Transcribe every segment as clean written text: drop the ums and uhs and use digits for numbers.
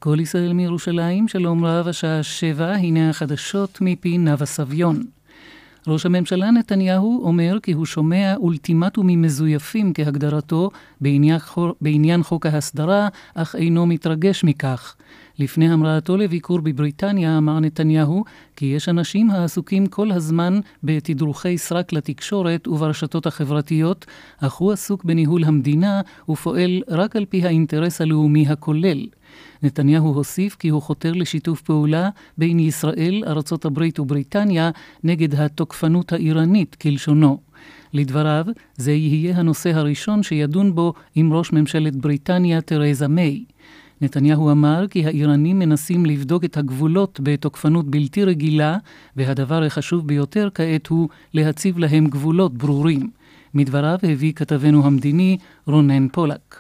כל ישראל מירושלים, שלום רב, השעה 7, הנה החדשות מפי נווה סביון. ראש הממשלה נתניהו אומר כי הוא שומע אולטימטומים מזויפים כהגדרתו בעניין חוק ההסדרה, אך אינו מתרגש מכך. לפני המראתו לביקור בבריטניה אמר נתניהו כי יש אנשים העסוקים כל הזמן בתדרוכי סרק לתקשורת וברשתות החברתיות, אך הוא עסוק בניהול המדינה ופועל רק על פי האינטרס הלאומי הכולל. נתניהו הוסיף כי הוא חותר לשיתוף פעולה בין ישראל, ארצות הברית ובריטניה נגד התוקפנות האיראנית כלשונו. לדבריו, זה יהיה הנושא הראשון שידון בו עם ראש ממשלת בריטניה תרזה מיי. נתניהו אמר כי האיראנים מנסים לבדוק את הגבולות בתוקפנות בלתי רגילה, והדבר החשוב ביותר כעת הוא להציב להם גבולות ברורים. מדבריו הביא כתבנו המדיני רונן פולק.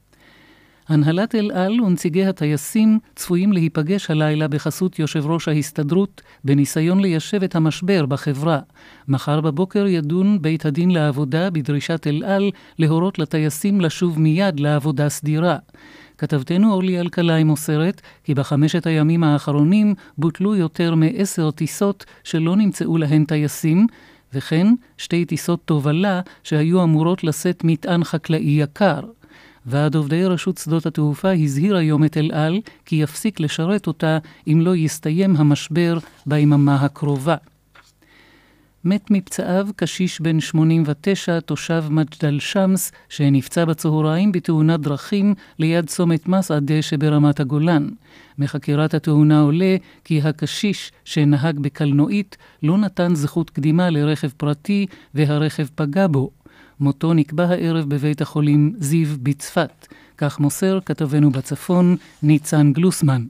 הנהלת אל על ונציגי הטייסים צפויים להיפגש הלילה בחסות יושב ראש ההסתדרות בניסיון ליישב את המשבר בחברה. מחר בבוקר ידון בית הדין לעבודה בדרישת אל על להורות לטייסים לשוב מיד לעבודה סדירה. כתבתנו אורלי אלקלעי מוסרת כי בחמשת הימים האחרונים בוטלו יותר מ10 טיסות שלא נמצאו להן טייסים, וכן 2 טיסות תובלה שהיו אמורות לשאת מטען חקלאי יקר. ועד עובדי רשות שדות התעופה הזהיר היום את אל על כי יפסיק לשרת אותה אם לא יסתיים המשבר ביממה הקרובה. מת מפצעיו קשיש בן 89, תושב מג'דל שמס, שנפצע בצהריים בתאונת דרכים ליד צומת מסעדה שברמת הגולן. מחקירת התאונה עולה כי הקשיש שנהג בקלנועית לא נתן זכות קדימה לרכב פרטי והרכב פגע בו. מותו נקבע הערב בבית החולים זיו בצפת. כך מוסר כתבנו בצפון ניצן גלוסמן.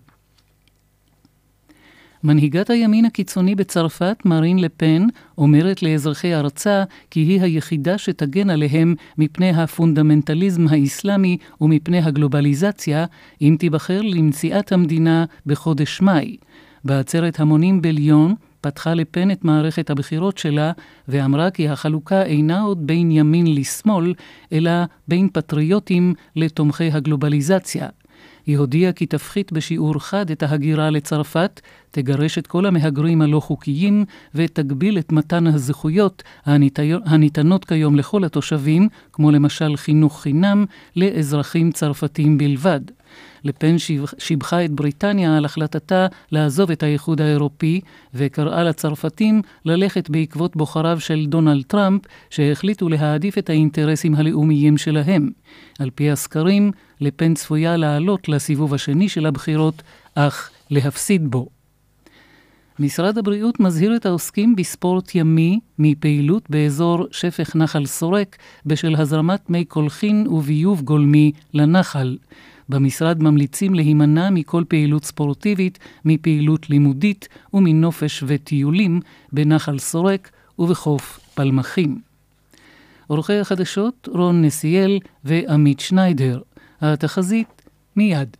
מנהיגת הימין הקיצוני בצרפת, מרין לפן, אומרת לאזרחי ארצה כי היא היחידה שתגן עליהם מפני הפונדמנטליזם האסלאמי ומפני הגלובליזציה, אם תיבחר למציאת המדינה בחודש מאי. בעצרת המונים בליון פתחה לפן את מערכת הבחירות שלה ואמרה כי החלוקה אינה עוד בין ימין לשמאל, אלא בין פטריוטים לתומכי הגלובליזציה. היא הודיעה כי תפחית בשיעור חד את ההגירה לצרפת, תגרש את כל המהגרים הלא חוקיים ותגביל את מתן הזכויות הניתנות כיום לכל התושבים, כמו למשל חינוך חינם, לאזרחים צרפתים בלבד. לפן שיבחה את בריטניה על החלטתה לעזוב את האיחוד האירופי, וקראה לצרפתים ללכת בעקבות בוחריו של דונלד טראמפ, שהחליטו להעדיף את האינטרסים הלאומיים שלהם. על פי הסקרים, לפן צפויה לעלות לסיבוב השני של הבחירות, אך להפסיד בו. משרד הבריאות מזהיר את העוסקים בספורט ימי מפעילות באזור שפך נחל סורק בשל הזרמת מי קולחין וביוב גולמי לנחל. במשרד ממליצים להימנע מכל פעילות ספורטיבית, מפעילות לימודית ומנופש וטיולים בנחל סורק ובחוף פלמחים. עורכי החדשות רון נסיאל ועמית שניידר. התחזית מיד.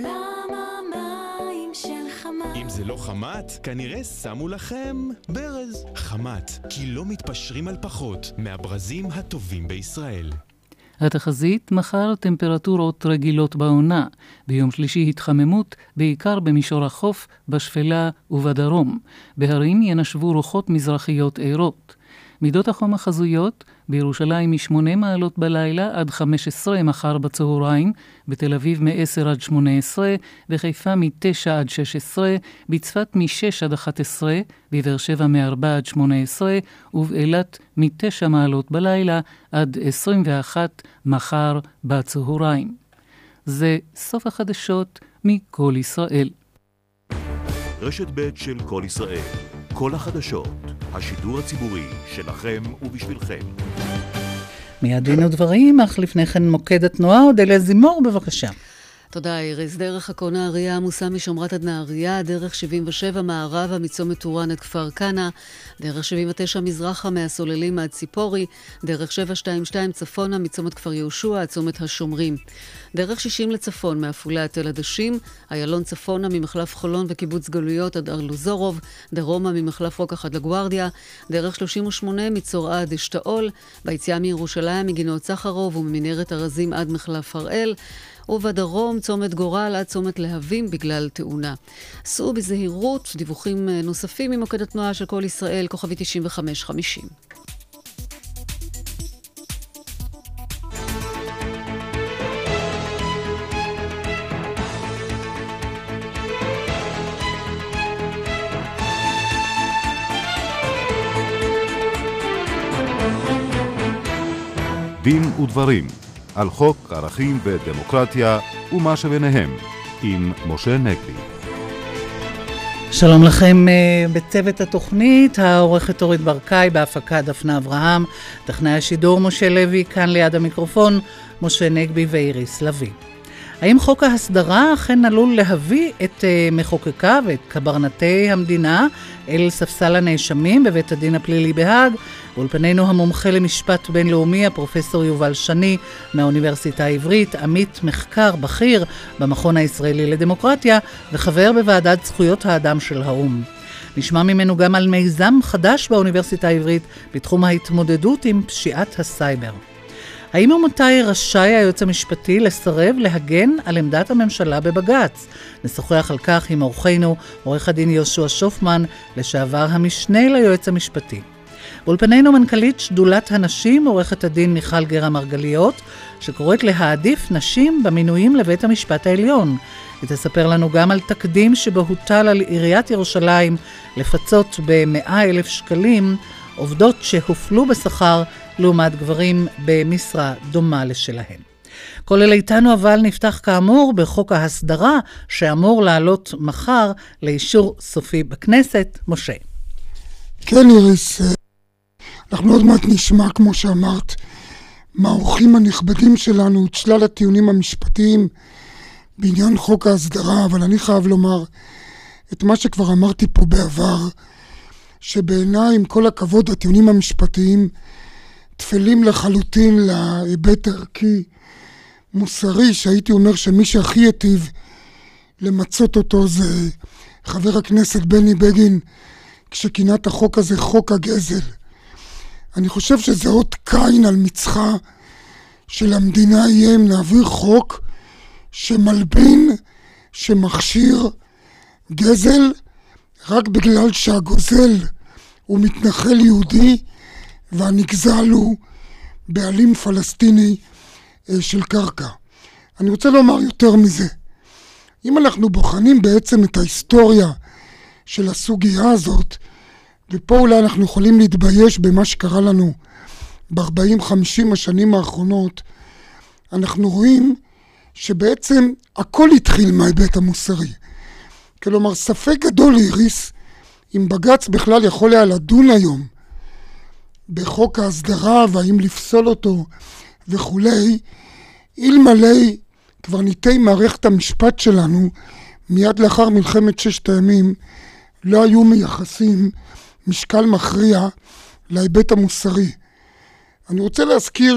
אם זה לא חמת, כנראה שמו לכם ברז. חמת, כי לא מתפשרים על פחות מהברזים הטובים בישראל. התחזית, מחר טמפרטורות רגילות בעונה. ביום שלישי התחממות, בעיקר במישור החוף, בשפלה ובדרום. בהרים ינשבו רוחות מזרחיות עירות. מידות החום החזויות, בירושלים מ8 מעלות בלילה עד 15 מחר בצהריים, בתל אביב מ10 עד 18, בחיפה מ9 עד 16, בצפת מ6 עד 11, בבאר שבע מ4 עד 18, ובאילת מ9 מעלות בלילה עד 21 מחר בצהריים. זה סוף החדשות מכל ישראל. רשת ב' של כל ישראל. כל החדשות, השידור הציבורי שלכם ובשבילכם. מיד דין ודברים, אך לפני כן מוקד התנועה, אודליה זימור, בבקשה. תודה איריס. דרך עכו נהריה עמוסה משומרת עד נהריה, דרך 77 מערבה מצומת טורעאן עד כפר כנא, דרך 79 מזרחה מהסוללים עד ציפורי, דרך 722 צפונה מצומת כפר יהושע עד צומת השומרים. דרך 60 לצפון מעפולה עד תל עדשים, איילון צפונה ממחלף חולון וקיבוץ גלויות עד ארלוזורוב, דרומה ממחלף רוקח עד לגוארדיה, דרך 38 מצורעה עד אשתאול, ביציאה מירושלים מגינות סחרוב וממנהרת ארזים עד מחלף הראל, ובדרום צומת גורל עד צומת להבים בגלל תאונה. סעו בזהירות, דיווחים נוספים ממוקד התנועה של כל ישראל, כוכבי 9550. דין ודברים על חוק ערכים ודמוקרטיה ומה שביניהם עם משה נגבי. שלום לכם בצוות התוכנית, העורכת אורית ברקאי, בהפקה דפנה אברהם, טכנאי השידור משה לוי, כאן ליד המיקרופון משה נגבי ואיריס לוי. האם חוק ההסדרה אכן עלול להביא את מחוקקיו ואת קברנטי המדינה אל ספסל הנאשמים בבית הדין הפלילי בהאג? באולפנינו המומחה למשפט בינלאומי, הפרופסור יובל שני מהאוניברסיטה העברית, עמית מחקר בכיר במכון הישראלי לדמוקרטיה וחבר בוועדת זכויות האדם של האו"ם. נשמע ממנו גם על מיזם חדש באוניברסיטה העברית בתחום ההתמודדות עם פשיעת הסייבר. האם ומתי רשאי היועץ המשפטי לסרב להגן על עמדת הממשלה בבג"ץ? נשוחח על כך עם אורחנו, עורך הדין יהושע שופמן, לשעבר המשנה ליועץ המשפטי. באולפנינו מנכ"לית שדולת הנשים, עורכת הדין מיכל גרה מרגליות, שקוראת להעדיף נשים במינויים לבית המשפט העליון. היא תספר לנו גם על תקדים שבו הוטל על עיריית ירושלים לפצות ב100,000 שקלים עובדות שהופלו בשכר לעומת גברים במשרה דומה לשלהם. כל אלה איתנו, אבל נפתח כאמור בחוק ההסדרה שאמור לעלות מחר לאישור סופי בכנסת. משה. כן איריס, אנחנו עוד מעט נשמע, כמו שאמרת, מהאורחים הנכבדים שלנו את שלל הטיעונים המשפטיים בעניין חוק ההסדרה, אבל אני חייב לומר את מה שכבר אמרתי פה בעבר, שבעיניי עם כל הכבוד הטיעונים המשפטיים תפלים לחלוטין להיבט ערכי מוסרי, שהייתי אומר שמי שהכי יטיב למצות אותו זה חבר הכנסת בני בגין, כשכינה את החוק הזה חוק הגזל. אני חושב שזה עוד קין על מצחה של המדינה יהיה אם נעביר חוק שמלבין, שמכשיר גזל, רק בגלל שהגוזל הוא מתנחל יהודי והנגזל הוא בעלים פלסטיני של קרקע. אני רוצה לומר יותר מזה. אם אנחנו בוחנים בעצם את ההיסטוריה של הסוגיה הזאת, ופה אולי אנחנו יכולים להתבייש במה שקרה לנו ב-40-50 השנים האחרונות, אנחנו רואים שבעצם הכל התחיל מההיבט המוסרי. כלומר, ספק גדול איריס, אם בג"ץ בכלל יכול היה לדון היום בחוק ההסדרה והאם לפסול אותו וכולי, אלמלא קברניטי מערכת המשפט שלנו מיד לאחר מלחמת ששת הימים לא היו מייחסים משקל מכריע להיבט המוסרי. אני רוצה להזכיר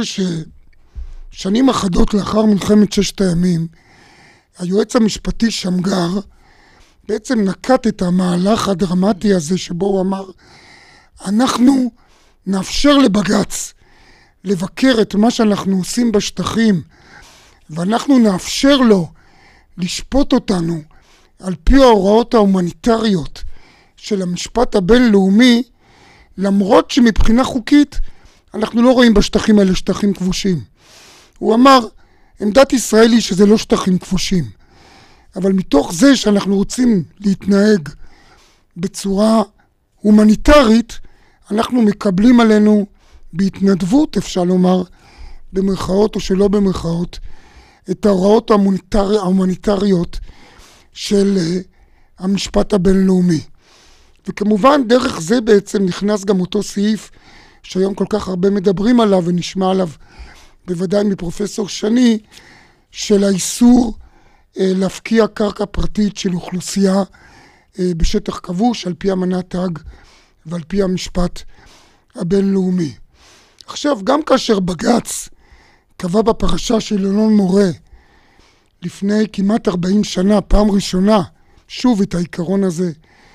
ששנים אחדות לאחר מלחמת ששת הימים היועץ המשפטי שמגר בעצם נקט את המהלך הדרמטי הזה שבו הוא אמר, אנחנו נאפשר לבג"ץ לבקר את מה שאנחנו עושים בשטחים, ואנחנו נאפשר לו לשפוט אותנו על פי ההוראות ההומניטריות של המשפט הבינלאומי, למרות שמבחינה חוקית אנחנו לא רואים בשטחים האלה שטחים כבושים. הוא אמר, עמדת ישראל היא שזה לא שטחים כבושים, אבל מתוך זה שאנחנו רוצים להתנהג בצורה הומניטרית, אנחנו מקבלים עלינו בהתנדבות, אפשר לומר, במרכאות או שלא במרכאות, את ההוראות ההומניטריות של המשפט הבינלאומי. וכמובן דרך זה בעצם נכנס גם אותו סעיף שהיום כל כך הרבה מדברים עליו ונשמע עליו בוודאי מפרופסור שני, של האיסור להפקיע קרקע פרטית של אוכלוסייה בשטח כבוש על פי אמנת האג ועל פי המשפט הבינלאומי. עכשיו, גם כאשר בג"ץ קבע בפרשה של אלון מורה לפני כמעט 40 שנה, פעם ראשונה, שוב את העיקרון הזה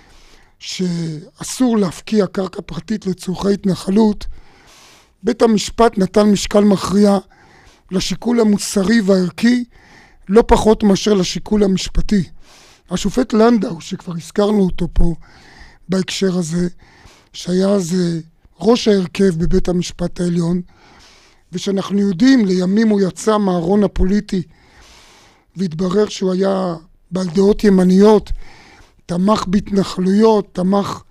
שאסור להפקיע קרקע פרטית לצורכי התנחלות, בית המשפט נתן משקל מכריע לשיקול המוסרי והערכי לא פחות מאשר לשיקול המשפטי. השופט לנדאו, שכבר הזכרנו אותו פה בהקשר הזה, שהיה אז ראש ההרכב בבית המשפט העליון, ושאנחנו יודעים, לימים הוא יצא מהארון הפוליטי, והתברר שהוא היה בעל דעות ימניות, תמך בהתנחלויות, תמך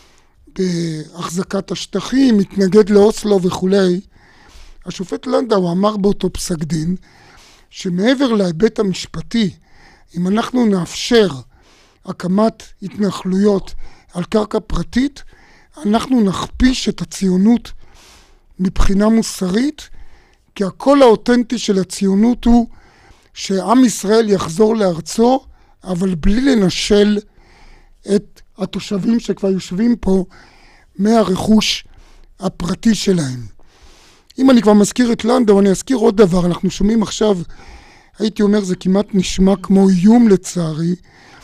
בהחזקת השטחים, התנגד לאוסלו וכולי. השופט לנדאו אמר באותו פסק דין, שמעבר להיבט המשפטי, אם אנחנו נאפשר הקמת התנחלויות על קרקע פרטית, אנחנו נכפיש את הציונות מבחינה מוסרית, כי הקול האותנטי של הציונות הוא שעם ישראל יחזור לארצו, אבל בלי לנשל את התושבים שכבר יושבים פה מהרכוש הפרטי שלהם. אם אני כבר מזכיר את לנדאו, אני אזכיר עוד דבר. אנחנו שומעים עכשיו, הייתי אומר, זה כמעט נשמע כמו איום לצערי,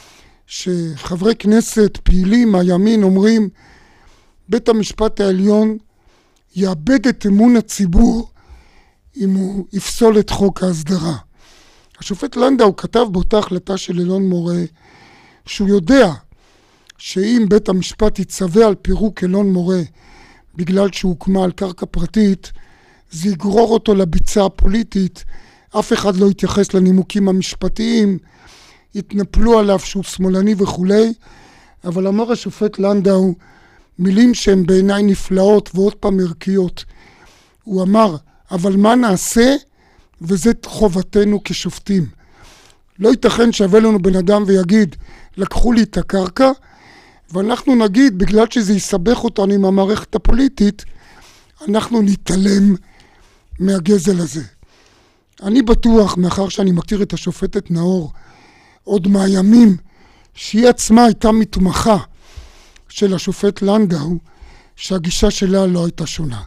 שחברי כנסת פעילים מהימין אומרים, בית המשפט העליון יאבד את אמון הציבור אם הוא יפסול את חוק ההסדרה. השופט לנדאו כתב באותה החלטה של אלון מורה, שהוא יודע שאם בית המשפט יצווה על פירוק אלון מורה בגלל שהוקמה על קרקע פרטית, זה יגרור אותו לביצה הפוליטית, אף אחד לא יתייחס לנימוקים המשפטיים, יתנפלו עליו שהוא שמאלני וכולי, אבל אמר השופט לנדאו מילים שהן בעיניי נפלאות ועוד פעם ערכיות. הוא אמר, אבל מה נעשה? וזה חובתנו כשופטים. לא ייתכן שווה לנו בן אדם ויגיד, לקחו לי את הקרקע, ואנחנו נגיד, בגלל שזה יסבך אותנו עם המערכת הפוליטית, אנחנו נתעלם מהגזל הזה. אני בטוח, מאחר שאני מכיר את השופטת נאור, עוד מהימים, שהיא עצמה הייתה מתמחה של השופט לנדאו, שהגישה שלה לא הייתה שונה.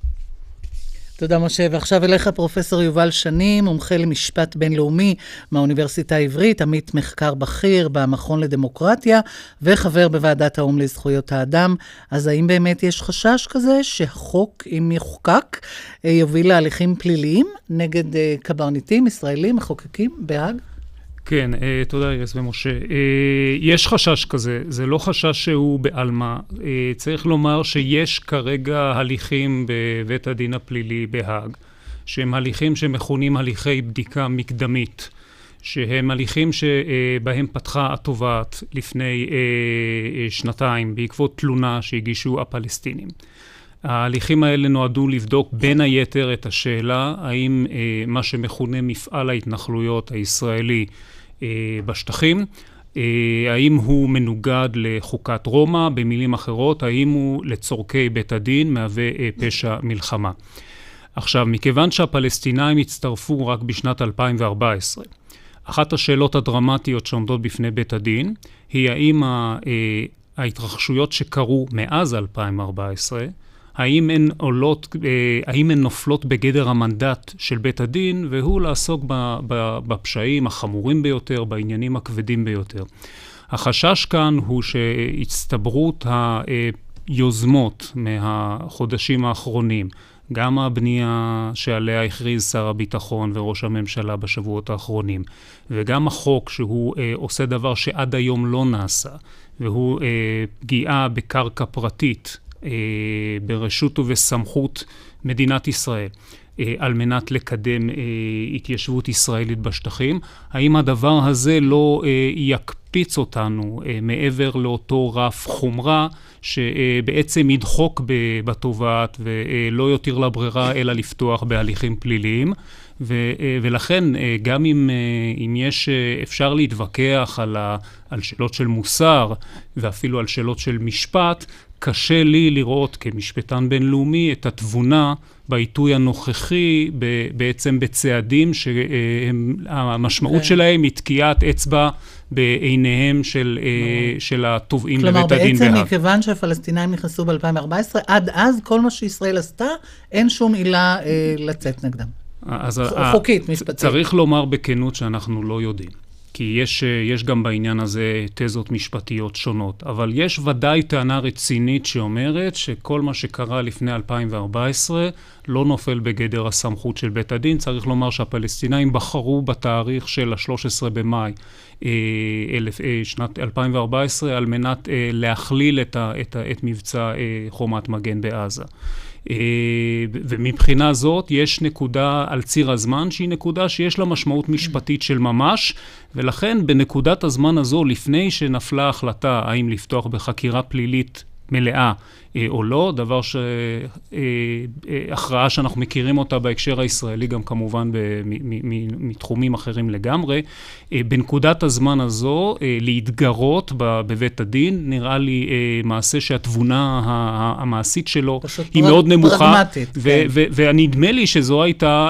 תודה משה, ועכשיו אליך פרופסור יובל שני, מומחה למשפט בינלאומי מהאוניברסיטה העברית, עמית מחקר בכיר במכון לדמוקרטיה, וחבר בוועדת האו"ם לזכויות האדם. אז האם באמת יש חשש כזה שהחוק, אם יחוקק, יוביל להליכים פליליים נגד קברניטים ישראלים מחוקקים בהאג? כן, תודה איריס ומשה. יש חשש כזה, זה לא חשש שהוא בעלמא. צריך לומר שיש כרגע הליכים בבית הדין הפלילי בהאג, שהם הליכים שמכונים הליכי בדיקה מקדמית, שהם הליכים שבהם פתחה התובעת לפני שנתיים בעקבות תלונה שהגישו הפלסטינים. ההליכים האלה נועדו לבדוק בין היתר את השאלה האם מה שמכונה מפעל ההתנחלויות הישראלי בשטחים, האם הוא מנוגד לחוקת רומא, במילים אחרות, האם הוא לצורכי בית הדין מהווה פשע מלחמה. עכשיו, מכיוון שהפלסטינאים הצטרפו רק בשנת 2014, אחת השאלות הדרמטיות שעומדות בפני בית הדין היא האם ההתרחשויות שקרו מאז 2014, האם הן נופלות בגדר המנדט של בית הדין, והוא לעסוק בפשעים החמורים ביותר, בעניינים הכבדים ביותר. החשש כאן הוא שהצטברות היוזמות מהחודשים האחרונים, גם הבנייה שעליה הכריז שר הביטחון וראש הממשלה בשבועות האחרונים, וגם החוק שהוא עושה דבר שעד היום לא נעשה, והוא פגיעה בקרקע פרטית, ברשות ובסמכות מדינת ישראל, על מנת לקדם התיישבות ישראלית בשטחים. האם הדבר הזה לא יקפיץ אותנו מעבר לאותו רף חומרה שבעצם ידחוק בתובעת ולא יותיר לה ברירה אלא לפתוח בהליכים פליליים? ולכן גם אם יש, אפשר להתווכח על שאלות של מוסר ואפילו על שאלות של משפט, קשה לי לראות כמשפטן בינלאומי את התבונה בעיתוי הנוכחי בעצם בצעדים שהמשמעות שלהם היא תקיעת אצבע בעיניהם של התובעים בבית הדין בהאג. כלומר, בעצם מכיוון שהפלסטינאים נכנסו ב-2014, עד אז כל מה שישראל עשתה, אין שום עילה לצאת נגדם. חוקית, משפטית. צריך לומר בכנות שאנחנו לא יודעים. כי יש גם בעניין הזה תזות משפטיות שונות, אבל יש ודאי טענה רצינית שאומרת שכל מה שקרה לפני 2014 לא נופל בגדר הסמכות של בית הדין. צריך לומר שהפלסטינאים בחרו בתאריך של ה-13 במאי שנת 2014 על מנת להכליל את מבצע חומת מגן בעזה. ומבחינה זאת יש נקודה על ציר הזמן שהיא נקודה שיש לה משמעות משפטית של ממש, ולכן בנקודת הזמן הזו, לפני שנפלה החלטה האם לפתוח בחקירה פלילית מלאה או לא, דבר הכרעה שאנחנו מכירים אותה בהקשר הישראלי גם כמובן מתחומים אחרים לגמרי, בנקודת הזמן הזו להתגרות בבית הדין נראה לי מעשה שהתבונה המעשית שלו היא מאוד נמוכה, ונדמה לי שזו הייתה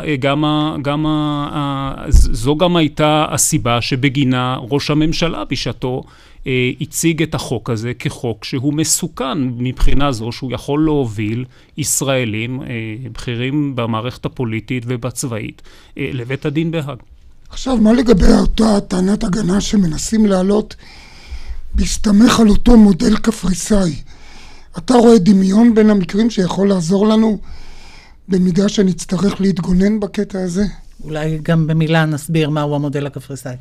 זו גם הייתה הסיבה שבגינה ראש הממשלה בשעתו הציג את החוק הזה כחוק שהוא מסוכן מבחינה זו שהוא יכול להוביל ישראלים בכירים במערכת הפוליטית ובצבאית לבית הדין בהאג. עכשיו, מה לגבי אותה טענת הגנה שמנסים להעלות בהסתמך על אותו מודל קפריסאי? אתה רואה דמיון בין המקרים שיכול לעזור לנו במידה שנצטרך להתגונן בקטע הזה? אולי גם במילה נסביר מהו המודל הקפריסאי.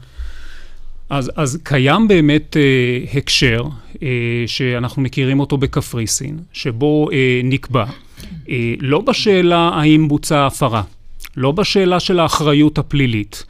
אז קיים באמת הקשר שאנחנו מכירים אותו בקפריסין, שבו נקבע, לא בשאלה האם בוצעה הפרה, לא בשאלה של האחריות הפלילית,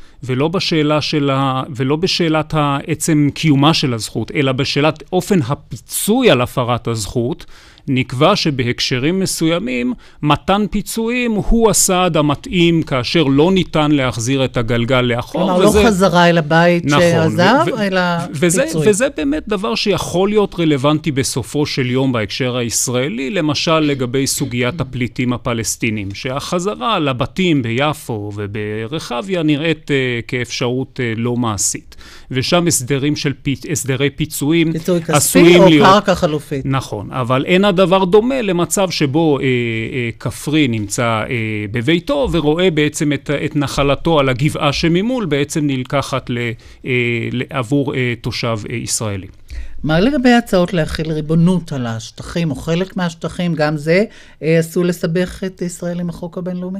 ולא בשאלת העצם קיומה של הזכות, אלא בשאלת אופן הפיצוי על הפרת הזכות, נקבע שבהקשרים מסוימים מתן פיצויים הוא הסעד המתאים כאשר לא ניתן להחזיר את הגלגל לאחור. כלומר, לא חזרה אל הבית שעזב, אלא פיצוי. וזה באמת דבר שיכול להיות רלוונטי בסופו של יום בהקשר הישראלי, למשל לגבי סוגיית הפליטים הפלסטינים, שהחזרה לבתים ביפו וברחביה נראית כאפשרות לא מעשית. ושם הסדרי פיצויים עשויים להיות. או קרקע חלופית. נכון, אבל אין הדבר דומה למצב שבו כפרי נמצא בביתו ורואה בעצם את נחלתו על הגבעה שממול בעצם נלקחת עבור תושב ישראלי. מה לגבי הצעות להכיל ריבונות על השטחים או חלק מהשטחים? גם זה עשוי לסבך את ישראל עם החוק הבינלאומי?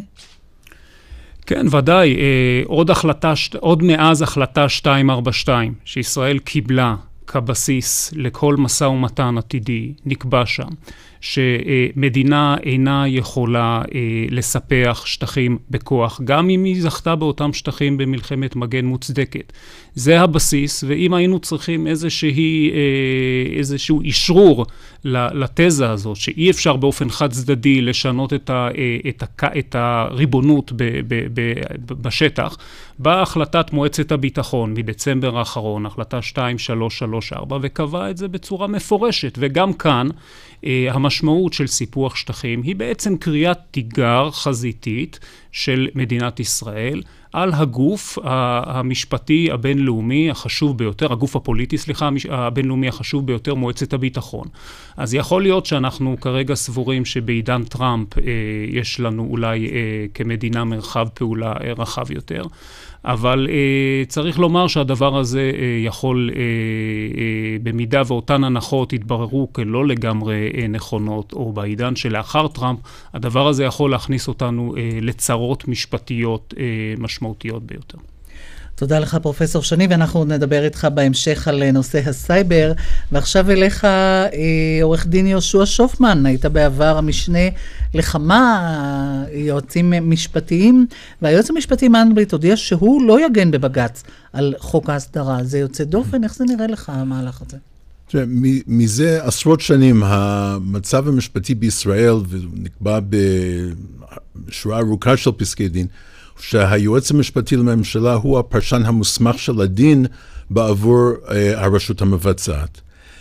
כן, ודאי. עוד מאז החלטה 242 שישראל קיבלה כבסיס לכל משא ומתן עתידי, נקבע שם שמדינה אינה יכולה לספח שטחים בכוח, גם אם היא זכתה באותם שטחים במלחמת מגן מוצדקת. זה הבסיס, ואם היינו צריכים איזשהו אישרור לתזה הזאת, שאי אפשר באופן חד צדדי לשנות את הריבונות בשטח, באה החלטת מועצת הביטחון מדצמבר האחרון, החלטה 2334, וקבעה את זה בצורה מפורשת, וגם כאן המשמעות של סיפוח שטחים היא בעצם קריאת תיגר חזיתית של מדינת ישראל על הגוף המשפטי הבינלאומי החשוב ביותר, הגוף הפוליטי, הבינלאומי החשוב ביותר, מועצת הביטחון. אז יכול להיות שאנחנו כרגע סבורים שבעידן טראמפ יש לנו אולי כמדינה מרחב פעולה רחב יותר, אבל צריך לומר שהדבר הזה יכול, במידה ואותן הנחות יתבררו כלא לגמרי נכונות, או בעידן שלאחר טראמפ, הדבר הזה יכול להכניס אותנו לצרות משפטיות משמעותיות ביותר. תודה לך פרופסור שני, ואנחנו נדבר איתך בהמשך על נושא הסייבר. ועכשיו אליך עורך דין יהושע שופמן, היית בעבר המשנה לכמה יועצים משפטיים, והיועץ המשפטי מנדלבליט הודיע שהוא לא יגן בבג"ץ על חוק ההסדרה. זה יוצא דופן, איך זה נראה לך המהלך הזה? מזה עשרות שנים המצב המשפטי בישראל, ונקבע בשורה ארוכה של פסקי דין, שהיועץ המשפטי לממשלה הוא הפרשן המוסמך של הדין בעבור הרשות המבצעת.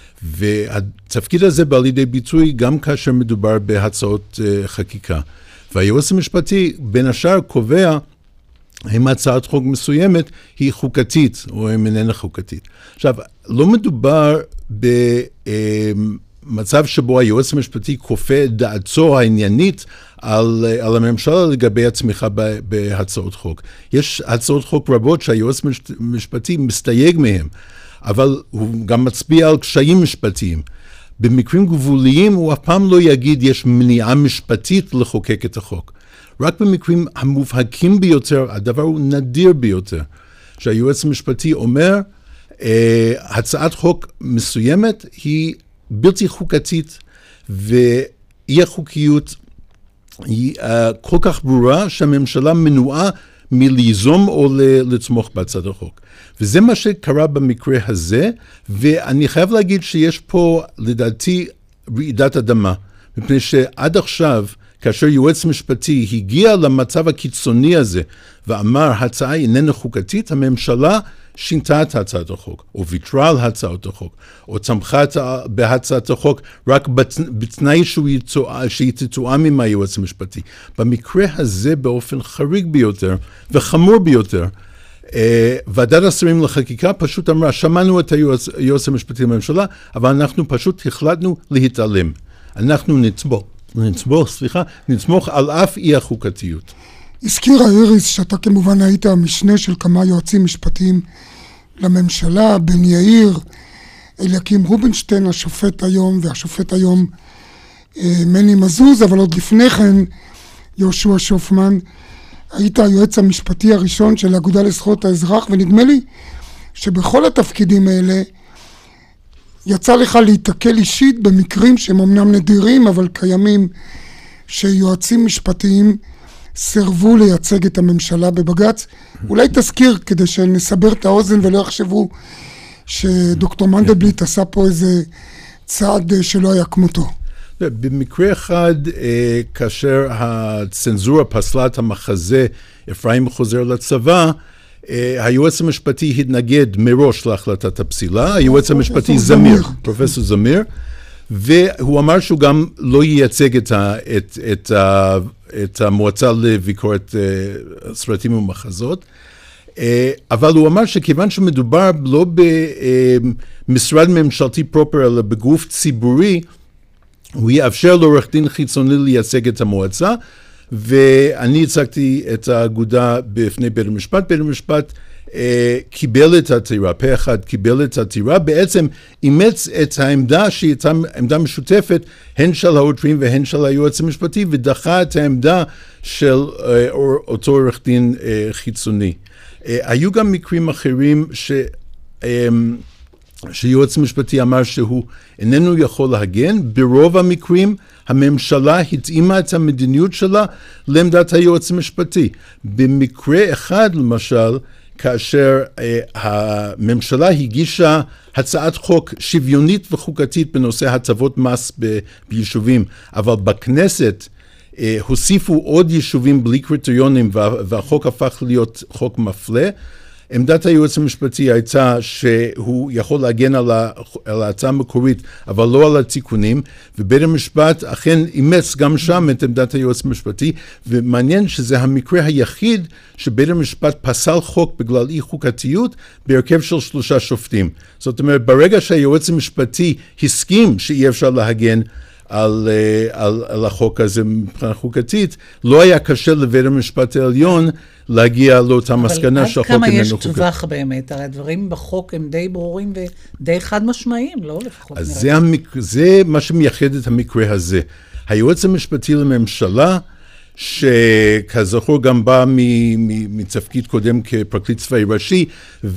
והתפקיד הזה בא לידי ביטוי גם כאשר מדובר בהצעות חקיקה. והיועץ המשפטי בין השאר קובע אם הצעת חוק מסוימת היא חוקתית או אם איננה חוקתית. עכשיו, לא מדובר מצב שבו היועץ המשפטי כופה את דעתו העניינית על הממשלה לגבי הצמיחה בהצעות חוק. יש הצעות חוק רבות שהיועץ המשפטי מסתייג מהם, אבל הוא גם מצביע על קשיים משפטיים. במקרים גבוליים הוא אף פעם לא יגיד יש מניעה משפטית לחוקק את החוק. רק במקרים המובהקים ביותר, הדבר הוא נדיר ביותר, שהיועץ המשפטי אומר, הצעת חוק מסוימת היא בלתי חוקתית, ואי החוקיות היא כל כך ברורה שהממשלה מנועה מליזום או לתמוך בהצעת החוק. וזה מה שקרה במקרה הזה, ואני חייב להגיד שיש פה לדעתי רעידת אדמה, מפני שעד עכשיו, כאשר יועץ משפטי הגיע למצב הקיצוני הזה, ואמר הצעה איננה חוקתית, הממשלה שינתה את הצעת החוק, או ויתרה על הצעת החוק, או צמחה בהצעת החוק, רק בתנאי שהיא תתואם עם היועץ המשפטי. במקרה הזה באופן חריג ביותר, וחמור ביותר, ועדת השרים לחקיקה פשוט אמרה, שמענו את היועץ המשפטי לממשלה, אבל אנחנו פשוט החלטנו להתעלם. אנחנו נצמוך על אף אי החוקתיות. הזכירה איריס שאתה כמובן היית המשנה של כמה יועצים משפטיים לממשלה, בן יאיר, אליקים רובינשטיין, השופט היום, והשופט היום מני מזוז, אבל עוד לפני כן יהושע שופמן, היית היועץ המשפטי הראשון של האגודה לזכויות האזרח, ונדמה לי שבכל התפקידים האלה יצא לך להתקל אישית במקרים שהם אמנם נדירים, אבל קיימים, שיועצים משפטיים סרבו לייצג את הממשלה בבג"ץ. אולי תזכיר כדי שנסבר את האוזן ולא יחשבו שדוקטור מנדלבליט עשה פה איזה צעד שלא היה כמותו. במקרה אחד, כאשר הצנזורה פסלה את המחזה אפרים חוזר לצבא, היועץ המשפטי התנגד מראש להחלטת הפסילה, היועץ המשפטי זמיר, פרופסור זמיר, והוא אמר שהוא גם לא ייצג את המועצה לביקורת סרטים ומחזות, אבל הוא אמר שכיוון שמדובר לא במשרד ממשלתי פרופר, אלא בגוף ציבורי, הוא יאפשר לעורך דין חיצוני לייצג את המועצה, ואני הצגתי את האגודה בפני בית המשפט. בית המשפט קיבל את העתירה, פה אחד קיבל את העתירה, בעצם אימץ את העמדה שהייתה עמדה משותפת, הן של העותרים והן של היועץ המשפטי, ודחה את העמדה של אותו עורך דין חיצוני. היו גם מקרים אחרים שיועץ משפטי אמר שהוא איננו יכול להגן. ברוב המקרים הממשלה התאימה את המדיניות שלה לעמדת היועץ המשפטי. במקרה אחד למשל, כאשר הממשלה הגישה הצעת חוק שוויונית וחוקתית בנושא הטבות מס ביישובים, אבל בכנסת הוסיפו עוד יישובים בלי קריטריונים והחוק הפך להיות חוק מפלה, עמדת היועץ המשפטי הייתה שהוא יכול להגן על ההצעה המקורית, אבל לא על התיקונים, ובית המשפט אכן אימץ גם שם את עמדת היועץ המשפטי, ומעניין שזה המקרה היחיד שבית המשפט פסל חוק בגלל אי חוקתיות בהרכב של 3 שופטים. זאת אומרת, ברגע שהיועץ המשפטי הסכים שאי אפשר להגן על החוק הזה מבחינה חוקתית, לא היה קשה לבית המשפט העליון להגיע לאותה מסקנה שהחוק איננו חוקתי. אבל עד כמה יש טווח באמת? הרי הדברים בחוק הם די ברורים ודי חד משמעיים, לא לפחות אז זה מה שמייחד את המקרה הזה. היועץ המשפטי לממשלה, שכזכור גם בא מתפקיד קודם כפרקליט צבאי ראשי,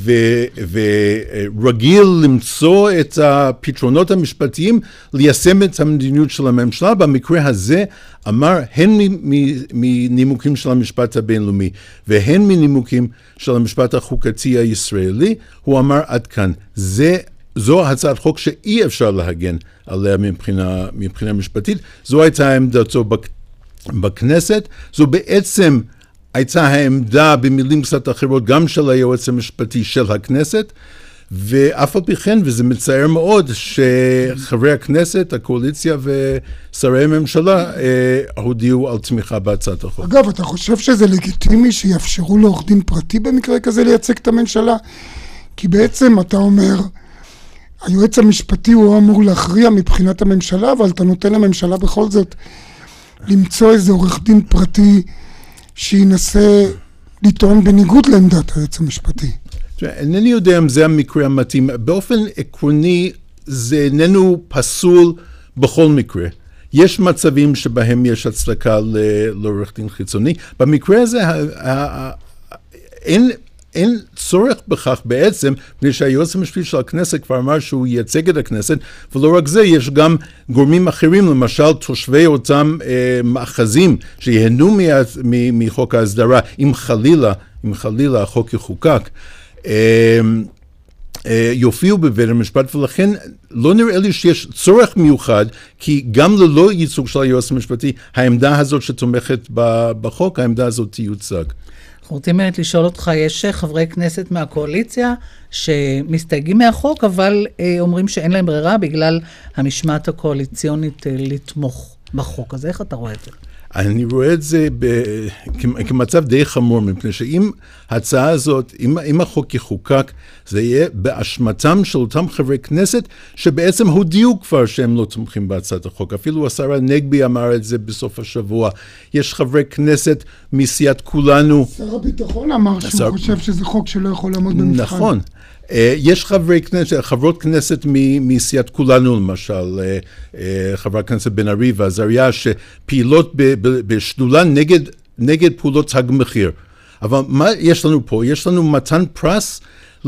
ורגיל למצוא את הפתרונות המשפטיים, ליישם את המדיניות של הממשלה. במקרה הזה אמר הן מנימוקים של המשפט הבינלאומי, והן מנימוקים של המשפט החוקתי הישראלי, הוא אמר עד כאן. זו הצעת חוק שאי אפשר להגן עליה מבחינה משפטית. זו הייתה עמדתו בכנסת. זו בעצם הייתה העמדה במילים קצת אחרות גם של היועץ המשפטי של הכנסת, ואף על פי כן, וזה מצער מאוד, שחברי הכנסת, הקואליציה ושרי הממשלה הודיעו על תמיכה בהצעת החוק. אגב, אתה חושב שזה לגיטימי שיאפשרו לעורך דין פרטי במקרה כזה לייצג את הממשלה? כי בעצם אתה אומר, היועץ המשפטי הוא אמור להכריע מבחינת הממשלה, אבל אתה נותן לממשלה בכל זאת למצוא איזה עורך דין פרטי שינסה לטעון בניגוד לעמדת היועץ המשפטי. אינני יודע אם זה המקרה המתאים. באופן עקרוני זה איננו פסול בכל מקרה. יש מצבים שבהם יש הצדקה לעורך דין חיצוני. במקרה הזה אין צורך בכך בעצם, מפני שהיועץ המשפטי של הכנסת כבר אמר שהוא ייצג את הכנסת, ולא רק זה, יש גם גורמים אחרים, למשל תושבי אותם מאחזים שיהנו מחוק ההסדרה, אם חלילה החוק יחוקק, יופיעו בבית המשפט, ולכן לא נראה לי שיש צורך מיוחד, כי גם ללא ייצוג של היועץ המשפטי, העמדה הזאת שתומכת בחוק, העמדה הזאת תיוצג. אנחנו רוצים לשאול אותך, יש חברי כנסת מהקואליציה שמסתייגים מהחוק, אבל אומרים שאין להם ברירה בגלל המשמעת הקואליציונית לתמוך בחוק. אז איך אתה רואה את זה? אני רואה את זה כמצב די חמור, מפני שאם ההצעה הזאת, אם החוק יחוקק, זה יהיה באשמתם של אותם חברי כנסת, שבעצם הודיעו כבר שהם לא תומכים בהצעת החוק. אפילו השר הנגבי אמר את זה בסוף השבוע. יש חברי כנסת מסיעת כולנו. שר הביטחון אמר שהוא חושב שזה חוק שלא יכול לעמוד במבחן. נכון. יש חברות כנסת מסיעת כולנו, למשל, חברת כנסת בן ארי ועזריה, שפעילות בשדולה נגד פעולות תג מחיר. אבל מה יש לנו פה? יש לנו מתן פרס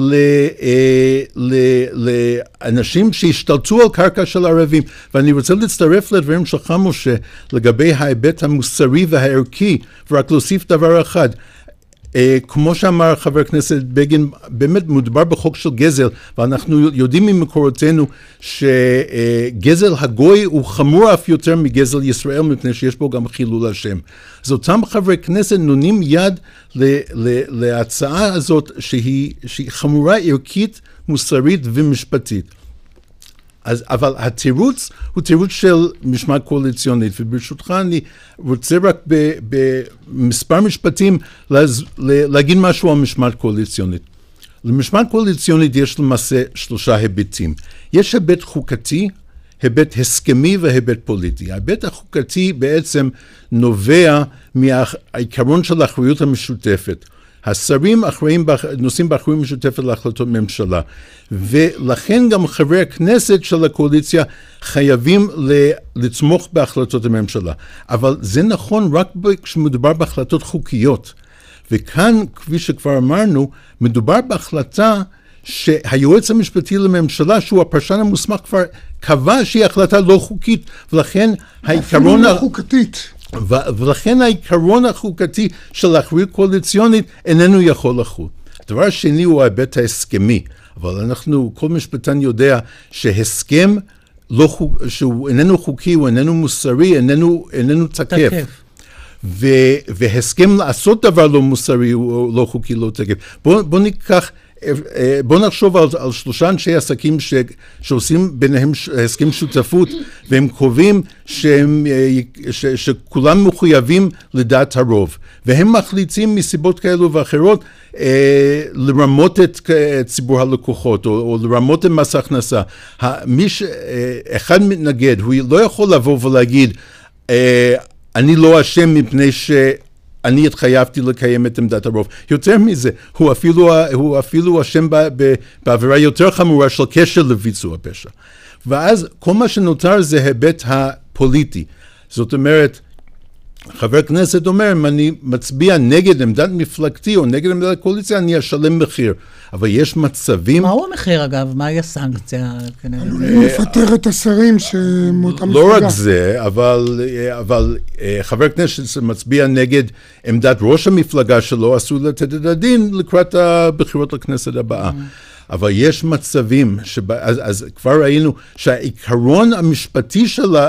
לאנשים שהשתלטו על קרקע של ערבים. ואני רוצה להצטרף לדברים שלך, משה, לגבי ההיבט המוסרי והערכי, ורק להוסיף דבר אחד. כמו שאמר חבר הכנסת בגין, באמת מדובר בחוק של גזל, ואנחנו יודעים ממקורותינו שגזל הגוי הוא חמור אף יותר מגזל ישראל, מפני שיש בו גם חילול השם. אז אותם חברי כנסת נונים יד להצעה הזאת שהיא חמורה ערכית, מוסרית ומשפטית. אבל התירוץ הוא תירוץ של משמעת קואליציונית, וברשותך אני רוצה רק במספר משפטים להגיד משהו על משמעת קואליציונית. למשמעת קואליציונית יש למעשה 3 היבטים. יש היבט חוקתי, היבט הסכמי והיבט פוליטי. ההיבט החוקתי בעצם נובע מהעיקרון של האחריות המשותפת. השרים נושאים באחריות משותפת להחלטות ממשלה, ולכן גם חברי הכנסת של הקואליציה חייבים לתמוך בהחלטות הממשלה. אבל זה נכון רק כשמדובר בהחלטות חוקיות. וכאן, כפי שכבר אמרנו, מדובר בהחלטה שהיועץ המשפטי לממשלה, שהוא הפרשן המוסמך, כבר קבע שהיא החלטה לא חוקית, ולכן העיקרון ולכן העיקרון החוקתי של האחריות קואליציונית איננו יכול לחול. הדבר השני הוא ההיבט ההסכמי, אבל כל משפטן יודע שהסכם שהוא איננו חוקי, הוא איננו מוסרי, איננו תקף. והסכם לעשות דבר לא מוסרי או לא חוקי, לא תקף. בוא נחשוב על 3 אנשי עסקים שעושים ביניהם הסכם שותפות, והם קובעים שכולם מחויבים לדעת הרוב, והם מחליטים מסיבות כאלו ואחרות לרמות את ציבור הלקוחות, או לרמות את מס הכנסה. אחד מתנגד, הוא לא יכול לבוא ולהגיד, אני לא אשם מפני אני התחייבתי לקיים את עמדת הרוב. יותר מזה, הוא אפילו אשם בעבירה יותר חמורה של קשר לביצוע פשע. ואז כל מה שנותר זה היבט הפוליטי. זאת אומרת, חבר כנסת אומר, אם אני מצביע נגד עמדת מפלגתי או נגד עמדת הקואליציה, אני אשלם מחיר. אבל יש מצבים... מהו המחיר אגב? מהי הסנקציה? עלולים לפטר את השרים שמאותה מפלגה. לא רק זה, אבל חבר כנסת שמצביע נגד עמדת ראש המפלגה שלו, אסור לתת את הדין לקראת הבחירות לכנסת הבאה. אבל יש מצבים, אז כבר ראינו שהעיקרון המשפטי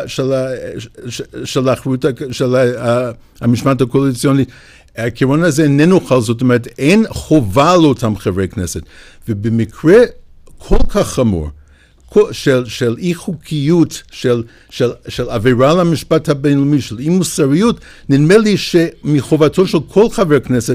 של המשמעת הקואליציונית, העיקרון הזה איננו חל, זאת אומרת, אין חובה לאותם חברי כנסת. ובמקרה כל כך חמור, של אי חוקיות, של עבירה למשפט הבינלאומי, של אי מוסריות, נדמה לי שמחובתו של כל חבר כנסת,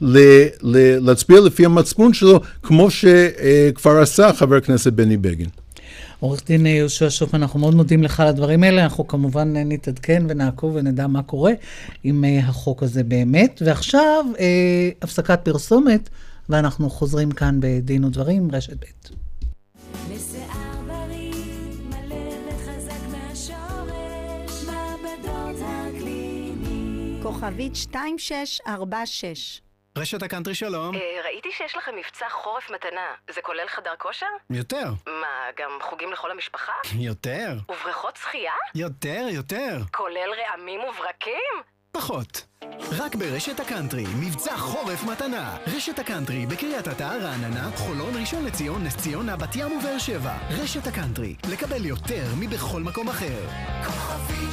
להצביע לפי המצפון שלו, כמו שכבר עשה חבר הכנסת בני בגין. עורך דין יהושע שופמן, אנחנו מאוד מודים לך על הדברים האלה, אנחנו כמובן נתעדכן ונעקוב ונדע מה קורה עם החוק הזה באמת. ועכשיו הפסקת פרסומת, ואנחנו חוזרים כאן בדין ודברים, רשת ב'. לשיער בריא, מלא וחזק מהשורש, מעבדות הקליני. כוכבית 2646. רשת הקאנטרי שלום. ראיתי שיש לכם מבצע חורף מתנה. זה כולל חדר כושר? יותר. מה, גם חוגים לכל המשפחה? יותר. ובריכות שחייה? יותר. כולל רעמים וברקים? פחות. רק ברשת הקאנטרי, מבצע חורף מתנה. רשת הקאנטרי בקריית אתא, רעננה, חולון, ראשון לציון, נס ציונה, בת ים ובאר שבע. רשת הקאנטרי, לקבל יותר מבכל מקום אחר. כוכבית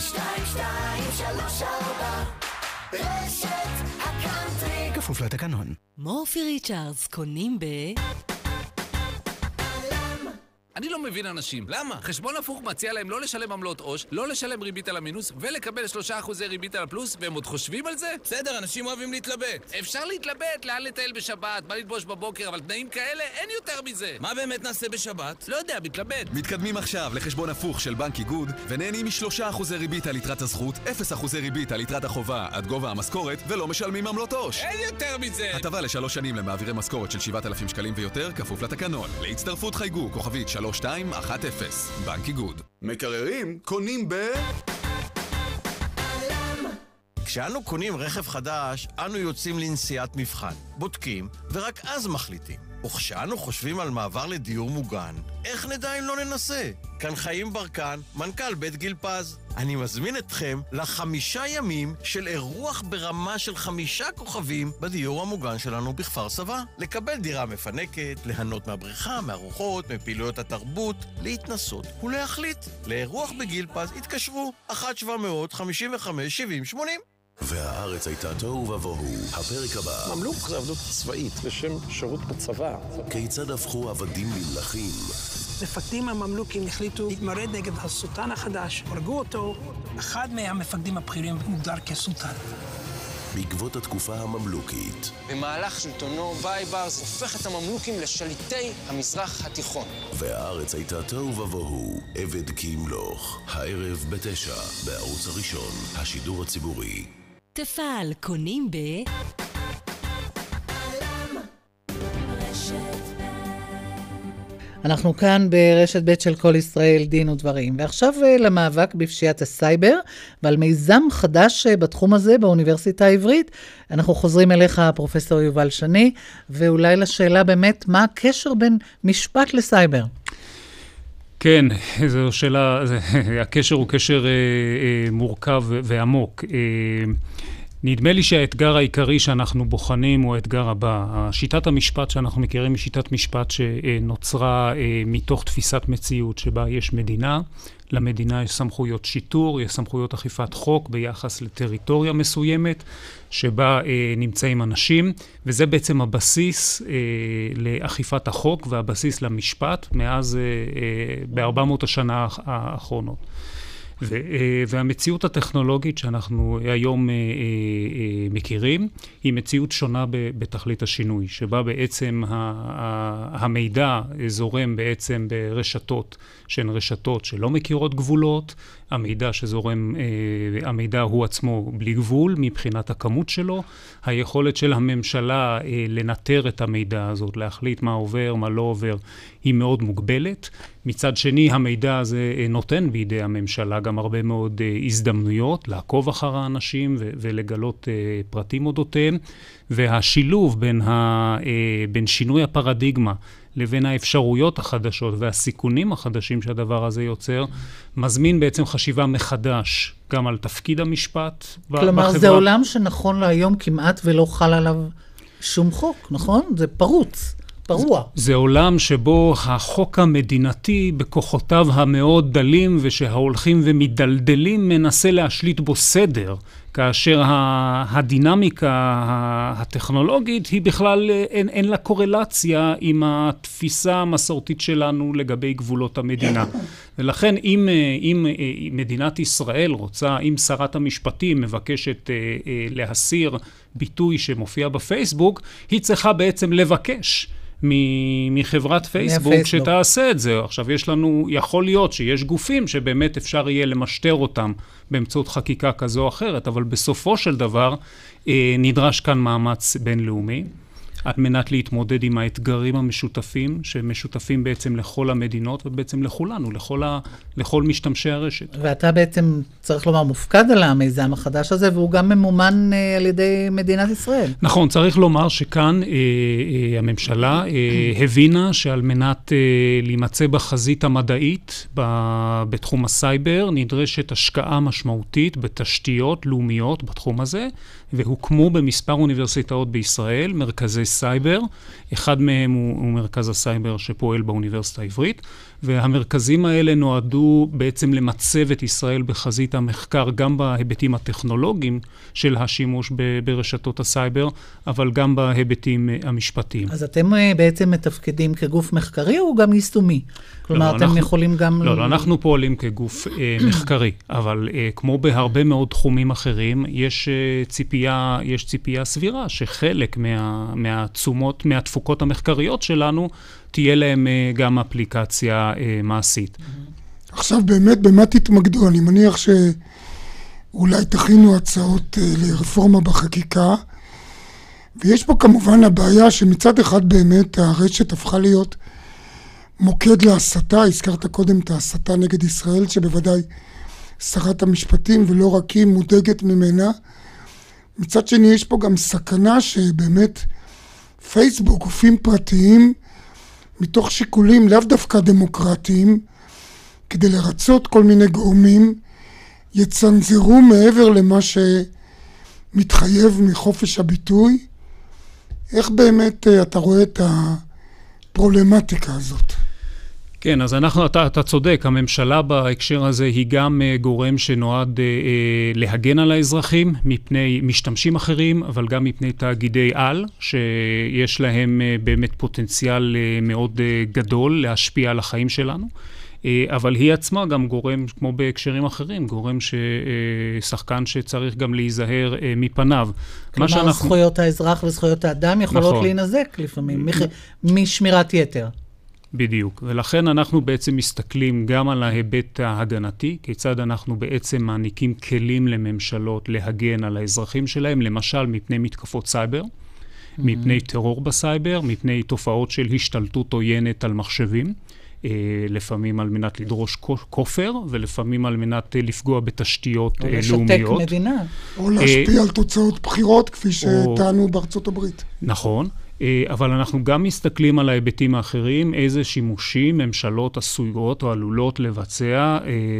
2234 רשת הקאנטרי. כפוף לתקנון. מורפי ריצ'רדס קונים ב... אני לא מבין אנשים. למה? חשבון הפוך מציע להם לא לשלם עמלות עו"ש, לא לשלם ריבית על המינוס, ולקבל 3% ריבית על הפלוס, והם עוד חושבים על זה? בסדר, אנשים אוהבים להתלבט. אפשר להתלבט, לאן לטייל בשבת, מה ללבוש בבוקר, אבל תנאים כאלה אין יותר מזה. מה באמת נעשה בשבת? לא יודע, מתלבט. מתקדמים עכשיו לחשבון הפוך של בנק איגוד, ונהנים מ3% ריבית על יתרת הזכות, 0% ריבית על יתרת החובה עד גובה המשכורת, ולא משלמים עמלות עו"ש. אין יותר מזה. הטבה ל3 שנים למעבירי משכורת של 7,000 שקלים ויותר, כפוף לתקנון. להצטרפות חייגו כוכבית 3210. בנק איגוד. מקררים קונים ב... כשאנו קונים רכב חדש, אנו יוצאים לנסיעת מבחן, בודקים, ורק אז מחליטים. וכשאנו חושבים על מעבר לדיור מוגן, איך נדע אם לא ננסה? כאן חיים ברקן, מנכ"ל בית גיל פז. אני מזמין אתכם ל5 ימים של אירוח ברמה של 5 כוכבים בדיור המוגן שלנו בכפר סבא. לקבל דירה מפנקת, ליהנות מהבריכה, מהרוחות, מפעילויות התרבות, להתנסות ולהחליט. לאירוח בגיל פז התקשרו 1-755-70-80. והארץ הייתה תוהו ובוהו. הפרק הבא. ממלוק זה עבדות צבאית, לשם שירות בצבא. כיצד הפכו עבדים למלכים? מפקדים הממלוכים החליטו להתמרד נגד הסולטן החדש. הרגו אותו. אחד מהמפקדים הבכירים מוגדר כסולטן. בעקבות התקופה הממלוכית. במהלך שלטונו בייברס הופך את הממלוכים לשליטי המזרח התיכון. והארץ הייתה תוהו ובוהו. עבד כי ימלוך. הערב ב9 בערוץ הראשון, השידור הציבורי. תפעל קונים ב... אנחנו כאן ברשת ב' של כל ישראל דין ודברים, ועכשיו למאבק בפשיעת הסייבר, ועל מיזם חדש בתחום הזה באוניברסיטה העברית. אנחנו חוזרים אליך, פרופסור יובל שני, ואולי לשאלה באמת, מה הקשר בין משפט לסייבר? כן, זו שאלה, הקשר הוא קשר מורכב ועמוק. נדמה לי שהאתגר העיקרי שאנחנו בוחנים הוא האתגר הבא. שיטת המשפט שאנחנו מכירים היא שיטת משפט שנוצרה מתוך תפיסת מציאות שבה יש מדינה, למדינה יש סמכויות שיטור, יש סמכויות אכיפת חוק ביחס לטריטוריה מסוימת שבה נמצאים אנשים, וזה בעצם הבסיס לאכיפת החוק והבסיס למשפט מאז ב-400 השנה האחרונות. והמציאות הטכנולוגית שאנחנו היום מכירים היא מציאות שונה בתכלית השינוי, שבה בעצם המידע זורם בעצם ברשתות שהן רשתות שלא מכירות גבולות, המידע שזורם, המידע הוא עצמו בלי גבול מבחינת הכמות שלו, היכולת של הממשלה לנטר את המידע הזאת, להחליט מה עובר, מה לא עובר, היא מאוד מוגבלת. מצד שני, המידע הזה נותן בידי הממשלה גם הרבה מאוד הזדמנויות לעקוב אחר האנשים ולגלות פרטים אודותיהם, והשילוב בין שינוי הפרדיגמה לבין האפשרויות החדשות והסיכונים החדשים שהדבר הזה יוצר, מזמין בעצם חשיבה מחדש גם על תפקיד המשפט בחברה. כלומר, זה עולם שנכון להיום כמעט ולא חל עליו שום חוק, נכון? זה פרוץ. פרוע. זה עולם שבו החוק המדינתי בכוחותיו המאוד דלים ושההולכים ומדלדלים מנסה להשליט בו סדר, כאשר הדינמיקה הטכנולוגית היא בכלל אין לה קורלציה עם התפיסה המסורתית שלנו לגבי גבולות המדינה. ולכן אם מדינת ישראל רוצה, אם שרת המשפטים מבקשת להסיר ביטוי שמופיע בפייסבוק, היא צריכה בעצם לבקש מחברת פייסבוק שתעשה את זה. עכשיו יש לנו, יכול להיות שיש גופים שבאמת אפשר יהיה למשטר אותם באמצעות חקיקה כזו או אחרת, אבל בסופו של דבר נדרש כאן מאמץ בינלאומי, על מנת להתמודד עם האתגרים המשותפים, שמשותפים בעצם לכל המדינות ובעצם לכולנו, לכל משתמשי הרשת. ואתה בעצם, צריך לומר, מופקד על המיזם החדש הזה, והוא גם ממומן על ידי מדינת ישראל. נכון, צריך לומר שכאן הממשלה הבינה שעל מנת להימצא בחזית המדעית בתחום הסייבר, נדרשת השקעה משמעותית בתשתיות לאומיות בתחום הזה, והוקמו במספר אוניברסיטאות בישראל, מרכזי סייבר, אחד מהם הוא מרכז הסייבר שפועל באוניברסיטה העברית, והמרכזים האלה נועדו בעצם למצב את ישראל בחזית המחקר, גם בהיבטים הטכנולוגיים של השימוש ברשתות הסייבר, אבל גם בהיבטים המשפטיים. אז אתם בעצם מתפקדים כגוף מחקרי או גם יישומי? כלומר, אתם יכולים גם... לא, אנחנו פועלים כגוף מחקרי, אבל כמו בהרבה מאוד תחומים אחרים, יש ציפייה סבירה שחלק מהתשומות, מהתפוקות המחקריות שלנו, תהיה להם גם אפליקציה מעשית. עכשיו באמת, במה תתמקדו? אני מניח שאולי תכינו הצעות לרפורמה בחקיקה, ויש פה כמובן הבעיה שמצד אחד באמת הרשת הפכה להיות מוקד להסתה. הזכרת קודם את ההסתה נגד ישראל, שבוודאי שרת המשפטים ולא רק היא מודאגת ממנה. מצד שני יש פה גם סכנה שבאמת פייסבוק, גופים פרטיים, מתוך שיקולים לאו דווקא דמוקרטיים, כדי לרצות כל מיני גורמים, יצנזרו מעבר למה שמתחייב מחופש הביטוי. איך באמת אתה רואה את הפרובלמטיקה הזאת? כן, אז אתה צודק, הממשלה בהקשר הזה היא גם גורם שנועד להגן על האזרחים מפני משתמשים אחרים, אבל גם מפני תאגידי על, שיש להם באמת פוטנציאל מאוד גדול להשפיע על החיים שלנו. אבל היא עצמה גם גורם, כמו בהקשרים אחרים, גורם ששחקן שצריך גם להיזהר מפניו. כלומר, זכויות האזרח וזכויות האדם יכולות להינזק לפעמים, משמירת יתר. בדיוק, ולכן אנחנו בעצם מסתכלים גם על ההיבט ההגנתי, כיצד אנחנו בעצם מעניקים כלים לממשלות להגן על האזרחים שלהם, למשל מפני מתקפות סייבר, מפני טרור בסייבר, מפני תופעות של השתלטות עוינת על מחשבים, לפעמים על מנת לדרוש כופר, ולפעמים על מנת לפגוע בתשתיות לאומיות. או לשתק מדינה. או להשפיע על תוצאות בחירות, כפי שטענו בארצות הברית. נכון. אבל אנחנו גם מסתכלים על ההיבטים האחרים, איזה שימושים ממשלות עשויות או עלולות לבצע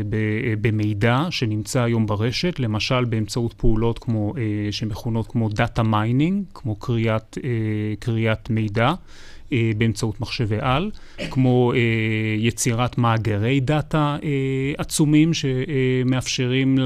במידע שנמצא היום ברשת, למשל באמצעות פעולות כמו, שמכונות כמו דאטה מיינינג, כמו קריאת מידע, באמצעות מחשבי על, כמו יצירת מאגרי דאטה עצומים שמאפשרים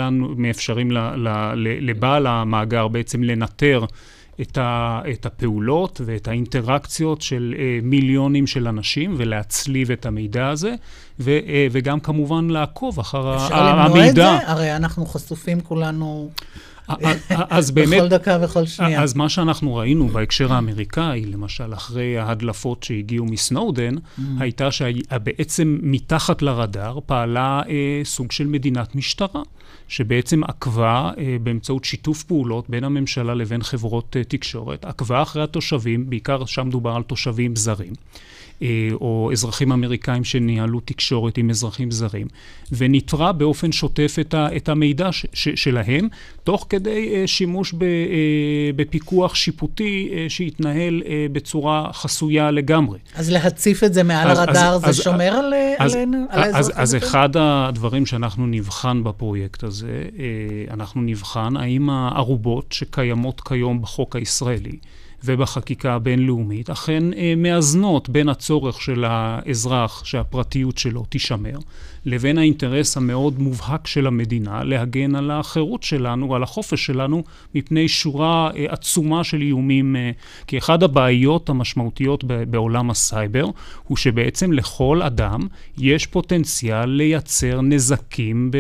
לבעל המאגר בעצם לנטר את הפעולות ואת האינטראקציות של מיליונים של אנשים ולהצליב את המידע הזה, וגם כמובן לעקוב אחר המידע. אפשר למנוע את זה? הרי אנחנו חשופים כולנו בכל דקה וכל שנייה. אז מה שאנחנו ראינו בהקשר האמריקאי, למשל אחרי ההדלפות שהגיעו מסנודן, הייתה שבעצם מתחת לרדאר פעלה סוג של מדינת משטרה. שבעצם עקבה באמצעות שיתוף פעולות בין הממשלה לבין חברות תקשורת, עקבה אחרי התושבים, בעיקר שם דובר על תושבים זרים, או אזרחים אמריקאים שניהלו תקשורת עם אזרחים זרים, וניטרה באופן שוטף את המידע שלהם, תוך כדי שימוש בפיקוח שיפוטי שהתנהל בצורה חסויה לגמרי. אז להציף את זה מעל הרדאר, זה שומר עלינו, על האזרחים? אז אחד הדברים שאנחנו נבחן בפרויקט הזה, אנחנו נבחן האם הערובות שקיימות כיום בחוק הישראלי, ובחקיקה הבינלאומית, אכן מאזנות בין הצורך של האזרח שהפרטיות שלו תישמר, לבין האינטרס המאוד מובהק של המדינה להגן על החירות שלנו, על החופש שלנו, מפני שורה עצומה של איומים. כי אחד הבעיות המשמעותיות בעולם הסייבר, הוא שבעצם לכל אדם יש פוטנציאל לייצר נזקים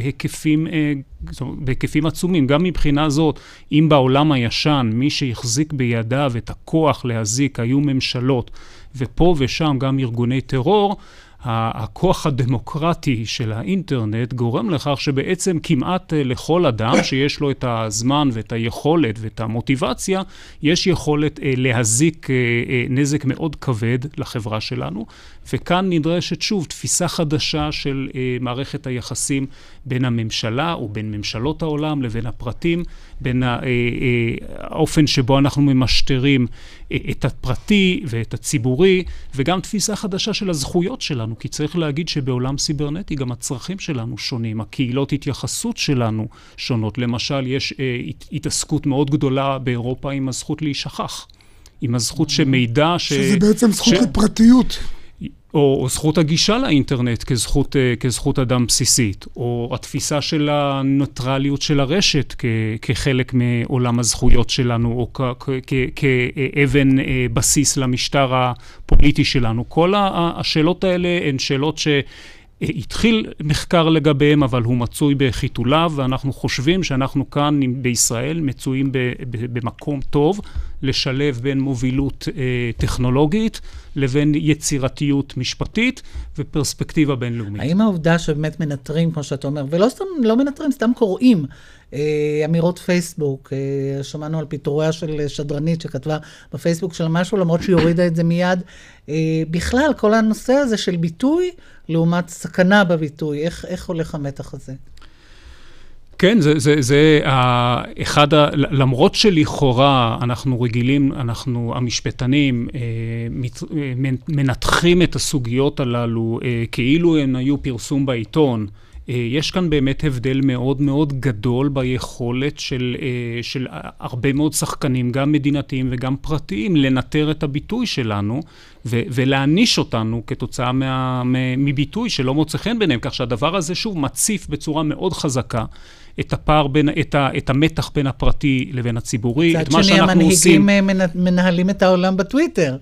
בהיקפים עצומים. גם מבחינה זאת, אם בעולם הישן מי שהחזיק בידיו את הכוח להזיק היו ממשלות ופה ושם גם ארגוני טרור, הכוח הדמוקרטי של האינטרנט גורם לכך שבעצם כמעט לכל אדם שיש לו את הזמן ואת היכולת ואת המוטיבציה, יש יכולת להזיק נזק מאוד כבד לחברה שלנו, וכאן נדרשת שוב תפיסה חדשה של מערכת היחסים בין הממשלה או בין ממשלות העולם לבין הפרטים, בין האופן שבו אנחנו ממשטרים את הפרטי ואת הציבורי, וגם תפיסה חדשה של הזכויות שלנו, כי צריך להגיד שבעולם סיברנטי גם הצרכים שלנו שונים, הקהילות התייחסות שלנו שונות. למשל, יש התעסקות מאוד גדולה באירופה עם הזכות להישכח, עם הזכות שמידע שזה בעצם זכות לפרטיות. או זכות הגישה לאינטרנט כזכות אדם בסיסית, או התפיסה של הנוטרליות של הרשת כחלק מעולם הזכויות שלנו, או כאבן בסיס למשטר הפוליטי שלנו. כל השאלות האלה הן שאלות שהתחיל מחקר לגביהם, אבל הוא מצוי בחיתוליו, ואנחנו חושבים שאנחנו כאן בישראל מצויים במקום טוב לשלב בין מובילות טכנולוגית לבין יצירתיות משפטית ופרספקטיבה בינלאומית. האם העובדה שבאמת מנטרים, כמו שאתה אומר, ולא סתם, לא מנטרים, סתם קוראים אמירות פייסבוק, שמענו על פיטוריה של שדרנית שכתבה בפייסבוק של משהו, למרות שהיא הורידה את זה מיד, בכלל כל הנושא הזה של ביטוי לעומת סכנה בביטוי, איך הולך המתח הזה? כן, זה אחד, למרות שלכאורה אנחנו רגילים, המשפטנים מנתחים את הסוגיות הללו כאילו הן היו פרסום בעיתון. יש כאן באמת הבדל מאוד מאוד גדול ביכולת של הרבה מאוד שחקנים, גם מדינתיים וגם פרטיים, לנטר את הביטוי שלנו ולהעניש אותנו כתוצאה מביטוי שלא מוצא חן ביניהם, כך שהדבר הזה שוב מציף בצורה מאוד חזקה את הפער את המתח בין הפרטי לבין הציבורי, את מה שאנחנו עושים. המנהיגים מנהלים את העולם בטוויטר.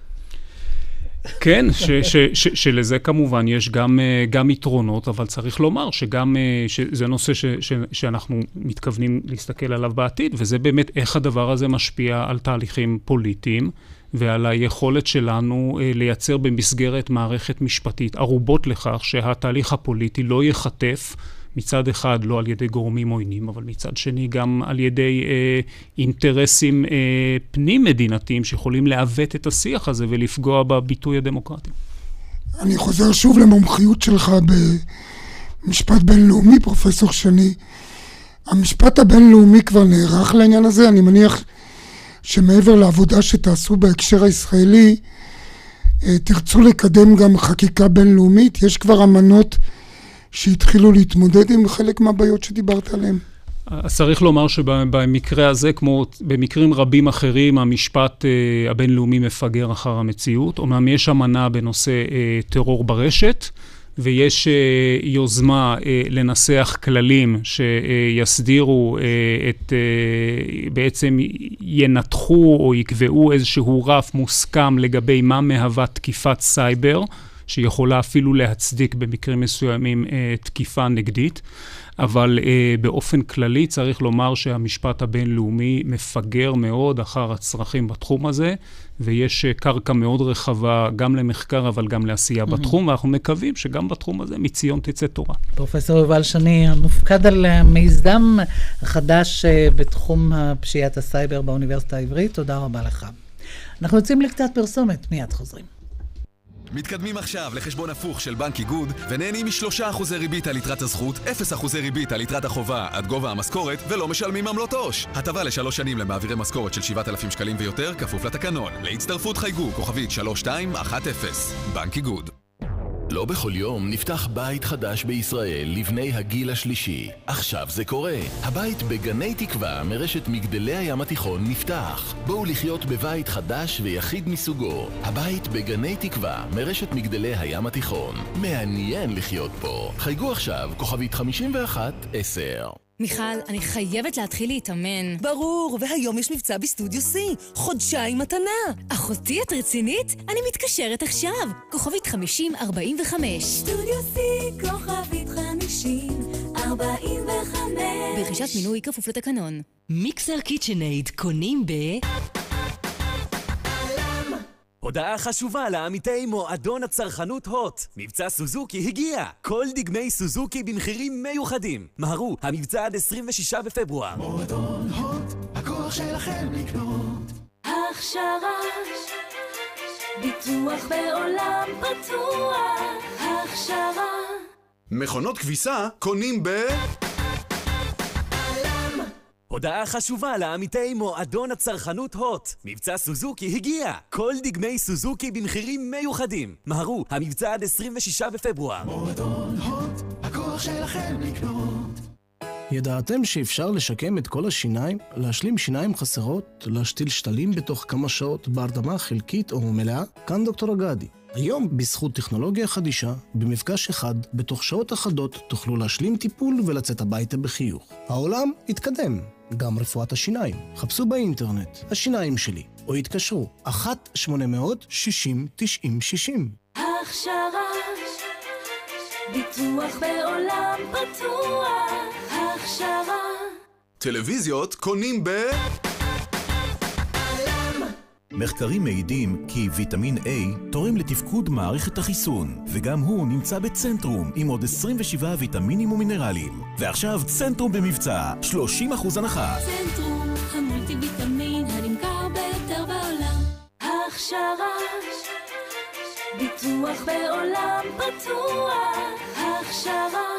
כן, שלזה כמובן יש גם יתרונות, אבל צריך לומר שזה נושא שאנחנו מתכוונים להסתכל עליו בעתיד, וזה באמת איך הדבר הזה משפיע על תהליכים פוליטיים, ועל היכולת שלנו לייצר במסגרת מערכת משפטית ערובות לכך שהתהליך הפוליטי לא יחטף מצד אחד לא על ידי גורמים עוינים, אבל מצד שני גם על ידי אינטרסים פנים מדינתיים שיכולים לעוות את השיח הזה ולפגוע בביטוי הדמוקרטי. אני חוזר שוב למומחיות שלך במשפט בינלאומי, פרופסור שני. המשפט הבינלאומי כבר נערך לעניין הזה. אני מניח שמעבר לעבודה שתעשו בהקשר הישראלי, תרצו לקדם גם חקיקה בינלאומית. יש כבר אמנות שהתחילו להתמודד עם חלק מהבעיות שדיברת עליהן. צריך לומר שבמקרה הזה, כמו במקרים רבים אחרים, המשפט הבינלאומי מפגר אחר המציאות. אומנם יש אמנה בנושא טרור ברשת, ויש יוזמה לנסח כללים שיסדירו בעצם ינתחו או יקבעו איזשהו רף מוסכם לגבי מה מהווה תקיפת סייבר, שיכולה אפילו להצדיק במקרים מסוימים תקיפה נגדית, אבל באופן כללי צריך לומר שהמשפט הבינלאומי מפגר מאוד אחר הצרכים בתחום הזה, ויש קרקע מאוד רחבה גם למחקר אבל גם לעשייה בתחום, ואנחנו מקווים שגם בתחום הזה מציון תצא תורה. פרופסור יובל שני, המופקד על המיזם החדש בתחום פשיעת הסייבר באוניברסיטה העברית, תודה רבה לך. אנחנו יוצאים לקצת פרסומת, מיד חוזרים. מתקדמים עכשיו לחשבון הפוך של בנק איגוד ונהנים מ3% ריבית על יתרת הזכות, 0% ריבית על יתרת החובה עד גובה המשכורת ולא משלמים עמלות עו"ש. הטבה ל3 שנים למעבירי משכורת של 7,000 שקלים ויותר כפוף לתקנון. להצטרפות חייגו כוכבית 3210. בנק איגוד. לא בכל יום נפתח בית חדש בישראל לבני הגיל השלישי. עכשיו זה קורה. הבית בגני תקווה מרשת מגדלי הים התיכון נפתח. בואו לחיות בבית חדש ויחיד מסוגו. הבית בגני תקווה מרשת מגדלי הים התיכון. מעניין לחיות פה. חייגו עכשיו כוכבית 5110. מיכל, אני חייבת להתחיל להתאמן. ברור, והיום יש מבצע בסטודיו C. חודשיים מתנה. אחותי, את רצינית? אני מתקשרת עכשיו. כוכבית 5045. סטודיו C, כוכבית 5045. ברכישת מינוי כפוף לתקנון. מיקסר קיצ'נייד קונים ב... הודעה חשובה לעמיתי מועדון הצרכנות הוט. מבצע סוזוקי הגיע. כל דגמי סוזוקי במחירים מיוחדים. מהרו, המבצע עד 26 בפברואר. מועדון הוט, הכוח שלכם לקנות. הכשרה, ביטוח בעולם בטוח. הכשרה. מכונות כביסה קונים הודעה חשובה לעמיתי מועדון הצרכנות הוט. מבצע סוזוקי הגיע. כל דגמי סוזוקי במחירים מיוחדים. מהרו, המבצע עד 26 בפברואר. מועדון הוט, הכוח שלכם לקנות. ידעתם שאפשר לשקם את כל השיניים, להשלים שיניים חסרות, להשתיל שתלים בתוך כמה שעות בהרדמה חלקית או מלאה? כאן דוקטור אגדי. היום, בזכות טכנולוגיה חדישה, במפגש אחד, בתוך שעות אחדות, תוכלו להשלים טיפול ולצאת הביתה בחיוך. העולם התקדם, גם רפואת השיניים. חפשו באינטרנט, השיניים שלי, או התקשרו, 1-800-60-90-60. הכשרה, ביטוח בעולם בטוח. הכשרה. טלוויזיות קונים מחקרים מעידים כי ויטמין A תורם לתפקוד מערכת החיסון, וגם הוא נמצא בצנטרום עם עוד 27 ויטמינים ומינרלים. ועכשיו צנטרום במבצע, 30% הנחה. צנטרום, המולטי ויטמין הנמכר ביותר בעולם. הכשרה, ביטוח בעולם בטוח. הכשרה.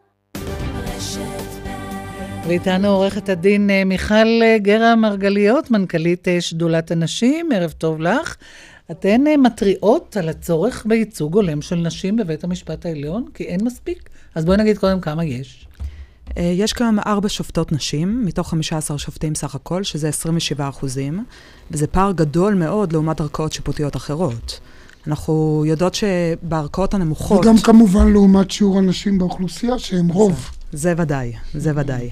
רשת ואיתנו עורכת הדין מיכל גרה מרגליות, מנכ"לית שדולת הנשים. ערב טוב לך. אתן מטריעות על הצורך בייצוג הולם של נשים בבית המשפט העליון, כי אין מספיק. אז בואי נגיד קודם כמה יש. יש גם 4 שופטות נשים, מתוך 15 שופטים סך הכל, שזה 27%, וזה פער גדול מאוד לעומת ערכאות שיפוטיות אחרות. אנחנו יודעות שבערכאות הנמוכות... וגם כמובן לעומת שיעור הנשים באוכלוסייה, שהם רוב. זה ודאי, זה ודאי.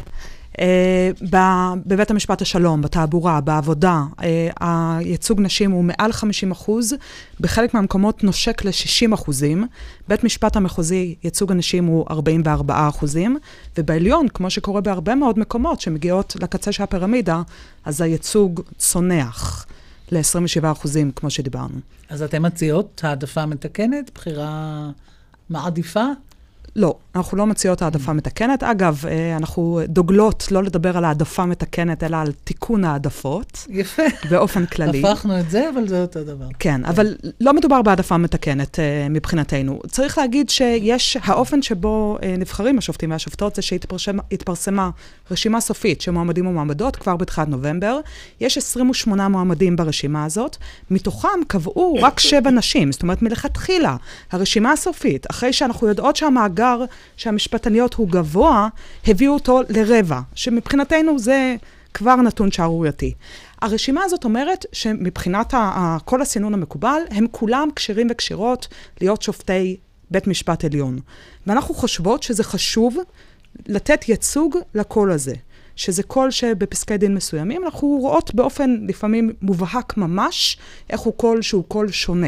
בבית המשפט השלום, בתעבורה, בעבודה, הייצוג נשים הוא מעל 50%, בחלק מהמקומות נושק ל-60%, בית משפט המחוזי, ייצוג הנשים הוא 44%, ובעליון, כמו שקורה בהרבה מאוד מקומות שמגיעות לקצה של הפירמידה, אז הייצוג צונח ל-27%, כמו שדיברנו. אז אתם מציעות העדפה מתקנת, בחירה מעדיפה? לא, אנחנו לא מציעות העדפה מתקנת. אגב, אנחנו דוגלות לא לדבר על העדפה מתקנת, אלא על תיקון העדפות. יפה. באופן כללי. הפכנו את זה, אבל זה אותו דבר. כן, אבל לא מדובר בהעדפה מתקנת מבחינתנו. צריך להגיד שיש, האופן שבו נבחרים השופטים והשופטות, זה שהתפרסמה רשימה סופית של מועמדים ומועמדות, כבר בתחילת נובמבר. יש 28 מועמדים ברשימה הזאת, מתוכם קבעו רק 7 נשים. זאת אומרת, מלכתחילה, הרשימה הסופית, אחרי שאנחנו יודעות שהמאגר שהמשפטניות הוא גבוה, הביאו אותו לרבע, שמבחינתנו זה כבר נתון שערורייתי. הרשימה הזאת אומרת שמבחינת כל הסינון המקובל, הם כולם קשרים וקשירות להיות שופטי בית משפט עליון. ואנחנו חושבות שזה חשוב לתת ייצוג לקול הזה, שזה קול שבפסקי דין מסוימים, אנחנו רואות באופן לפעמים מובהק ממש, איך הוא קול שהוא קול שונה.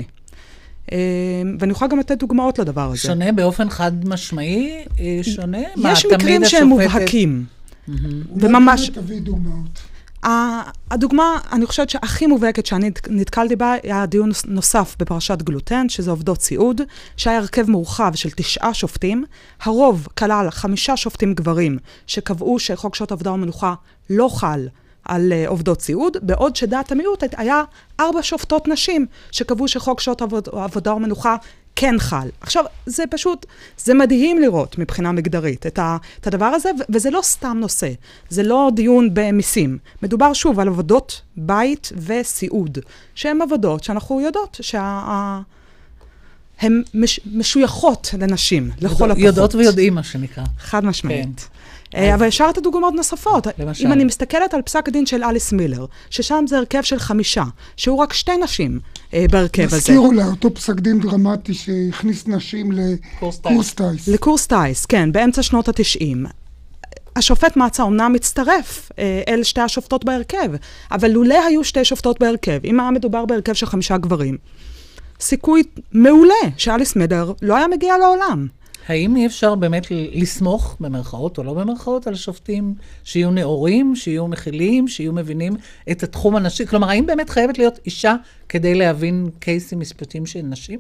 ואני יכולה גם לתת דוגמאות לדבר הזה. שונה באופן חד משמעי? שונה? יש מקרים שהם מובהקים. וממש... תביא דוגמאות. הדוגמה, אני חושבת שהכי מובהקת שאני נתקלתי בה, היה דיון נוסף בפרשת גלוטן, שזה עובדות סיעוד, שהיה הרכב מורחב של 9 שופטים. הרוב כלל 5 שופטים גברים, שקבעו שחוק שעות עבודה ומנוחה לא חל על עובדות סיעוד, בעוד שדעת המיעוט היה 4 שופטות נשים, שקבעו שחוק שעות עבודה ומנוחה כן חל. עכשיו, זה פשוט, זה מדהים לראות מבחינה מגדרית את הדבר הזה, וזה לא סתם נושא, זה לא דיון במיסים. מדובר שוב על עבודות בית וסיעוד, שהן עבודות שאנחנו יודעות הן משויכות לנשים, לכל הפחות. יודעות ויודעים מה שנקרא. חד משמעית. אבל ישר את הדוגמאות נוספות. למשל. אם אני מסתכלת על פסק הדין של אליס מילר, ששם זה הרכב של 5, שהוא רק 2 נשים בהרכב הזה. הזכירו לה אותו פסק דין דרמטי שהכניס נשים לקורס טייס. לקורס טייס, כן, באמצע שנות ה-90. השופט מצא אומנם מצטרף אל 2 השופטות בהרכב, אבל לולא היו 2 שופטות בהרכב, אם היה מדובר בהרכב של 5 גברים, סיכוי מעולה שאליס מילר לא היה מגיע לעולם. האם אי אפשר באמת לסמוך, במרכאות או לא במרכאות, על שופטים שיהיו נאורים, שיהיו מכילים, שיהיו מבינים את התחום הנשי? כלומר, האם באמת חייבת להיות אישה כדי להבין קייסים משפטיים של נשים?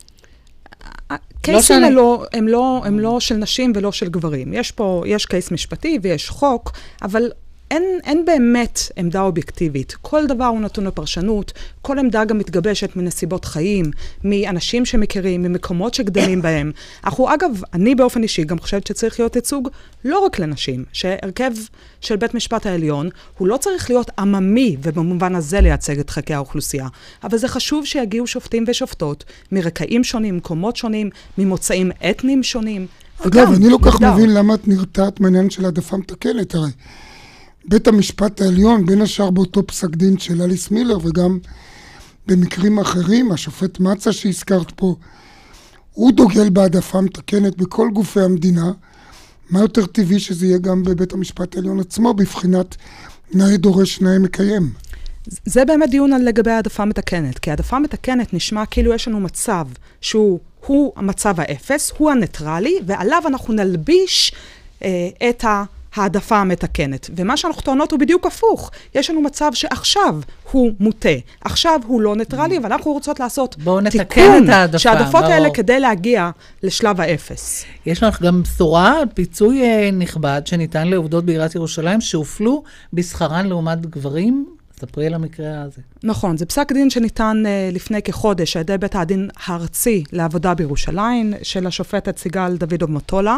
קייסים הם לא של נשים ולא של גברים. יש קייס משפטי ויש חוק, אבל אין באמת עמדה אובייקטיבית. כל דבר הוא נתון לפרשנות, כל עמדה גם מתגבשת מנסיבות חיים, מאנשים שמכירים, ממקומות שגדלים בהם. אגב, אני באופן אישי גם חושבת שצריך להיות ייצוג לא רק לנשים, שהרכב של בית משפט העליון הוא לא צריך להיות עממי, ובמובן הזה לייצג את חלקי האוכלוסייה. אבל זה חשוב שיגיעו שופטים ושופטות מרקעים שונים, מקומות שונים, ממוצאים אתניים שונים. אגב, אני לא כך מבין למה את נרתעת מעניין של העדפה מתקנת, הרי. בית המשפט העליון, בין השאר באותו פסק דין של אליס מילר, וגם במקרים אחרים, השופט מצא שהזכרת פה, הוא דוגל בהעדפה מתקנת בכל גופי המדינה. מה יותר טבעי שזה יהיה גם בבית המשפט העליון עצמו, בבחינת נאה דורש נאה מקיים? זה באמת דיון לגבי העדפה מתקנת, כי העדפה מתקנת נשמע כאילו יש לנו מצב שהוא המצב האפס, הוא הניטרלי, ועליו אנחנו נלביש את העדפה המתקנת. ומה שאנחנו טוענות הוא בדיוק הפוך. יש לנו מצב שעכשיו הוא מוטה, עכשיו הוא לא ניטרלי, ואנחנו רוצות לעשות תיקון שהעדפות האלה כדי להגיע לשלב האפס. יש לך גם בשורה, פיצוי נכבד שניתן לעובדות בעיריית ירושלים שהופלו בשכרן לעומת גברים. ספרי על המקרה הזה. נכון, זה פסק דין שניתן לפני כחודש על ידי בית הדין הארצי לעבודה בירושלים, של השופטת סיגל דוידוב מוטולה,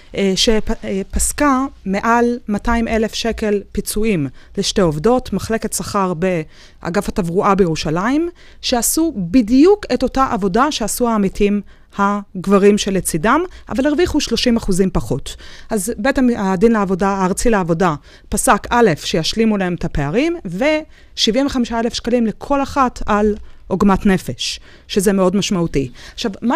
שפסקה מעל 200,000 שקל פיצויים לשתי עובדות, מחלקת שכר באגף התברואה בירושלים, שעשו בדיוק את אותה עבודה שעשו העמיתים הגברים שלצידם, אבל הרוויחו 30% פחות. אז בית הדין לעבודה, הארצי לעבודה, פסק א' שישלימו להם את הפערים, ו-75,000 שקלים לכל אחת על עוגמת נפש, שזה מאוד משמעותי. עכשיו, מה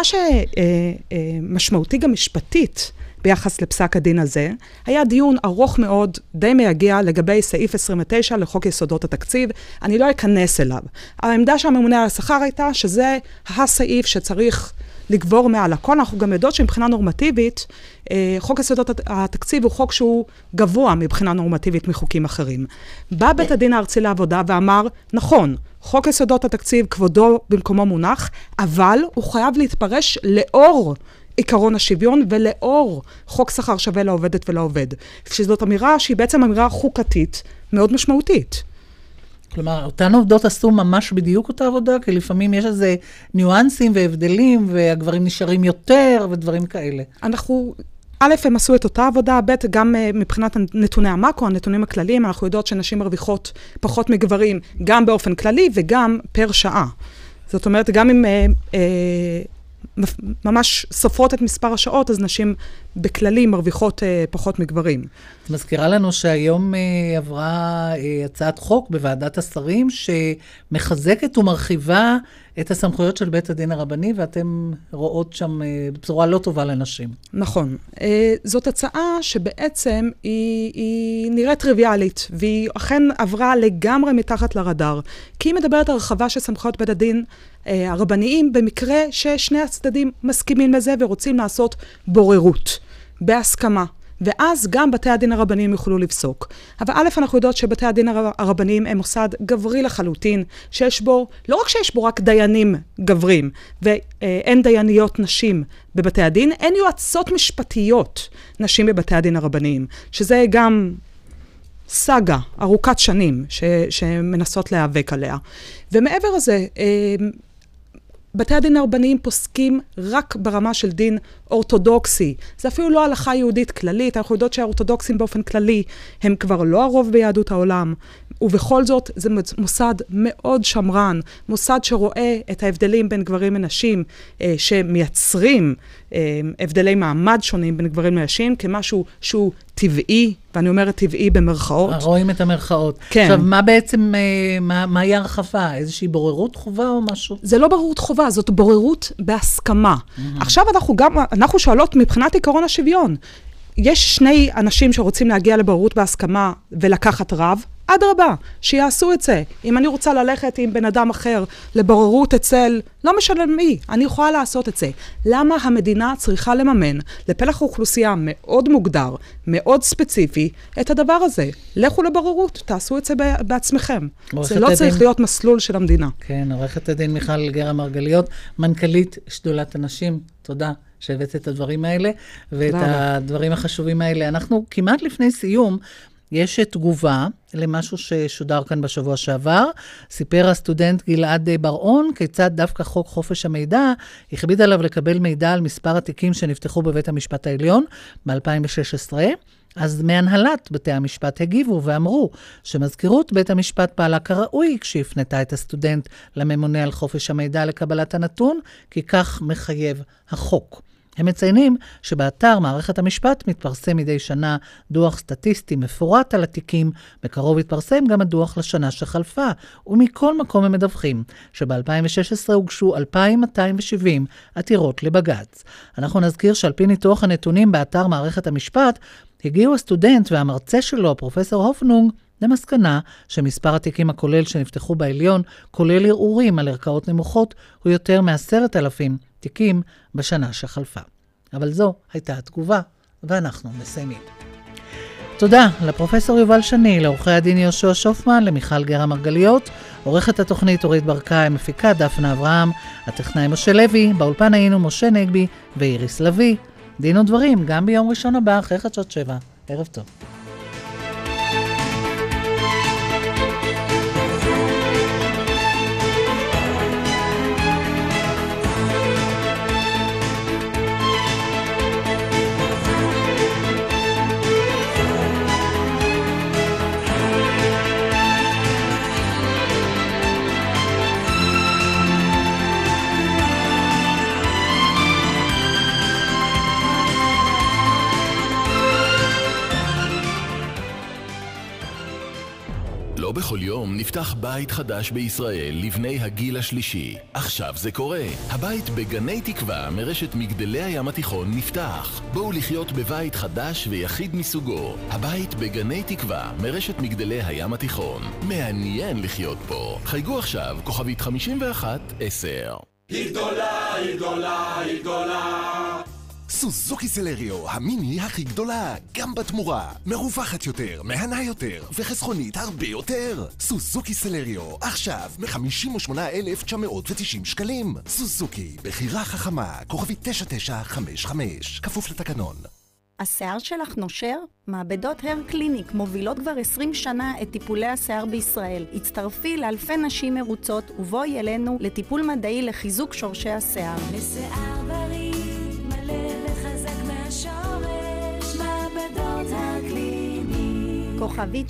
שמשמעותי גם משפטית ביחס לפסק הדין הזה, היה דיון ארוך מאוד, די מייגע, לגבי סעיף 29 לחוק יסודות התקציב. אני לא אכנס אליו. העמדה שהממונה על השכר הייתה שזה הסעיף שצריך לגבור מעל הכל. אנחנו גם יודעות שמבחינה נורמטיבית, חוק יסודות התקציב הוא חוק שהוא גבוה מבחינה נורמטיבית מחוקים אחרים. בא בית הדין הארצי לעבודה ואמר, נכון, חוק יסודות התקציב כבודו במקומו מונח, אבל הוא חייב להתפרש לאור עיקרון השוויון ולאור חוק שכר שווה לעובדת ולעובד. שזאת אמירה שהיא בעצם אמירה חוקתית מאוד משמעותית. כלומר, אותן עובדות עשו ממש בדיוק אותה עבודה, כי לפעמים יש איזה ניואנסים והבדלים, והגברים נשארים יותר ודברים כאלה. א', הם עשו את אותה עבודה, ב', גם מבחינת נתוני המקרו, הנתונים הכלליים, אנחנו יודעות שנשים מרוויחות פחות מגברים, גם באופן כללי וגם פר שעה. זאת אומרת, גם אם ממש סופרות את מספר השעות, אז נשים בכללי מרוויחות פחות מגברים. את מזכירה לנו שהיום עברה הצעת חוק בוועדת השרים, שמחזקת ומרחיבה את הסמכויות של בית הדין הרבני, ואתם רואות שם בצורה לא טובה לנשים. נכון. זאת הצעה שבעצם היא נראית טריוויאלית, והיא אכן עברה לגמרי מתחת לרדאר, כי היא מדברת על הרחבה של סמכויות בית הדין הרבניים, במקרה ששני הצדדים מסכימים לזה ורוצים לעשות בוררות, בהסכמה. ואז גם בתי הדין הרבניים יוכלו לפסוק. אבל א', אנחנו יודעות שבתי הדין הרבניים הם מוסד גברי לחלוטין, שיש בו, לא רק שיש בו רק דיינים גברים, ואין דייניות נשים בבתי הדין, אין יועצות משפטיות נשים בבתי הדין הרבניים, שזה גם סאגה ארוכת שנים שמנסות להיאבק עליה. ומעבר לזה, בתי הדין הרבניים פוסקים רק ברמה של דין אורתודוקסי. זה אפילו לא הלכה יהודית כללית. אנחנו יודעות שהאורתודוקסים באופן כללי הם כבר לא הרוב ביהדות העולם. ובכל זאת זה מוסד מאוד שמרן, מוסד שרואה את ההבדלים בין גברים ונשים, שמייצרים הבדלי מעמד שונים בין גברים ונשים, כמשהו שהוא טבעי, ואני אומרת טבעי במרכאות. רואים את המרכאות. כן. עכשיו, מה בעצם, מה היא הרחבה? איזושהי בוררות חובה או משהו? זה לא בוררות חובה, זאת בוררות בהסכמה. עכשיו אנחנו שואלות מבחינת עיקרון השוויון. יש שני אנשים שרוצים להגיע לבוררות בהסכמה ולקחת רב, אדרבה, שיעשו את זה. אם אני רוצה ללכת עם בן אדם אחר לבוררות אצל, לא משנה מי, אני יכולה לעשות את זה. למה המדינה צריכה לממן לפלח אוכלוסייה מאוד מוגדר, מאוד ספציפי, את הדבר הזה? לכו לבוררות, תעשו את זה בעצמכם. זה לא צריך להיות מסלול של המדינה. כן, עורכת הדין מיכל גרה מרגליות, מנכ"לית שדולת הנשים, תודה שהבאת את הדברים האלה, ואת הדברים החשובים האלה. אנחנו כמעט לפני סיום, יש תגובה למשהו ששודר כאן בשבוע שעבר. סיפר הסטודנט גלעד בר-און כיצד דווקא חוק חופש המידע הכביד עליו לקבל מידע על מספר התיקים שנפתחו בבית המשפט העליון ב-2016. אז מהנהלת בתי המשפט הגיבו ואמרו שמזכירות בית המשפט פעלה כראוי כשהפנתה את הסטודנט לממונה על חופש המידע לקבלת הנתון, כי כך מחייב החוק. הם מציינים שבאתר מערכת המשפט מתפרסם מדי שנה דוח סטטיסטי מפורט על התיקים, בקרוב התפרסם גם הדוח לשנה שחלפה, ומכל מקום הם מדווחים שב-2016 הוגשו 2,270 עתירות לבג"ץ. אנחנו נזכיר שעל פי ניתוח הנתונים באתר מערכת המשפט, הגיעו הסטודנט והמרצה שלו, פרופסור הופנונג, למסקנה שמספר התיקים הכולל שנפתחו בעליון, כולל ערעורים על ערכאות נמוכות, הוא יותר מ10,000 תיקים בשנה שחלפה. אבל זו הייתה התגובה, ואנחנו מסיימים. תודה לפרופסור יובל שני, לעורכי הדין יהושע שופמן, למיכל גרה מרגליות, עורכת התוכנית אורית ברקאי, מפיקה דפנה אברהם, הטכנאי משה לוי, באולפן היינו משה נגבי ואיריס לוי. דין ודברים גם ביום ראשון הבא אחרי חדשות 7. ערב טוב. לא בכל יום נפתח בית חדש בישראל לבני הגיל השלישי. עכשיו זה קורה. הבית בגני תקווה מרשת מגדלי הים התיכון נפתח. בואו לחיות בבית חדש ויחיד מסוגו. הבית בגני תקווה מרשת מגדלי הים התיכון. מעניין לחיות פה. חייגו עכשיו כוכבית 5110. היא גדולה, היא גדולה, היא גדולה. סוזוקי סלריו, המיני הכי גדולה, גם בתמורה. מרווחת יותר, מהנה יותר, וחסכונית הרבה יותר. סוזוקי סלריו, עכשיו מ-58,990 שקלים. סוזוקי, בחירה חכמה, כוכבית 9955, כפוף לתקנון. השיער שלך נושר? מעבדות הר קליניק מובילות כבר 20 שנה את טיפולי השיער בישראל. הצטרפי לאלפי נשים מרוצות ובואי אלינו לטיפול מדעי לחיזוק שורשי השיער. לשיער בריא מלא וחזק מהשורש, מעבדות הר קליניק. כוכבית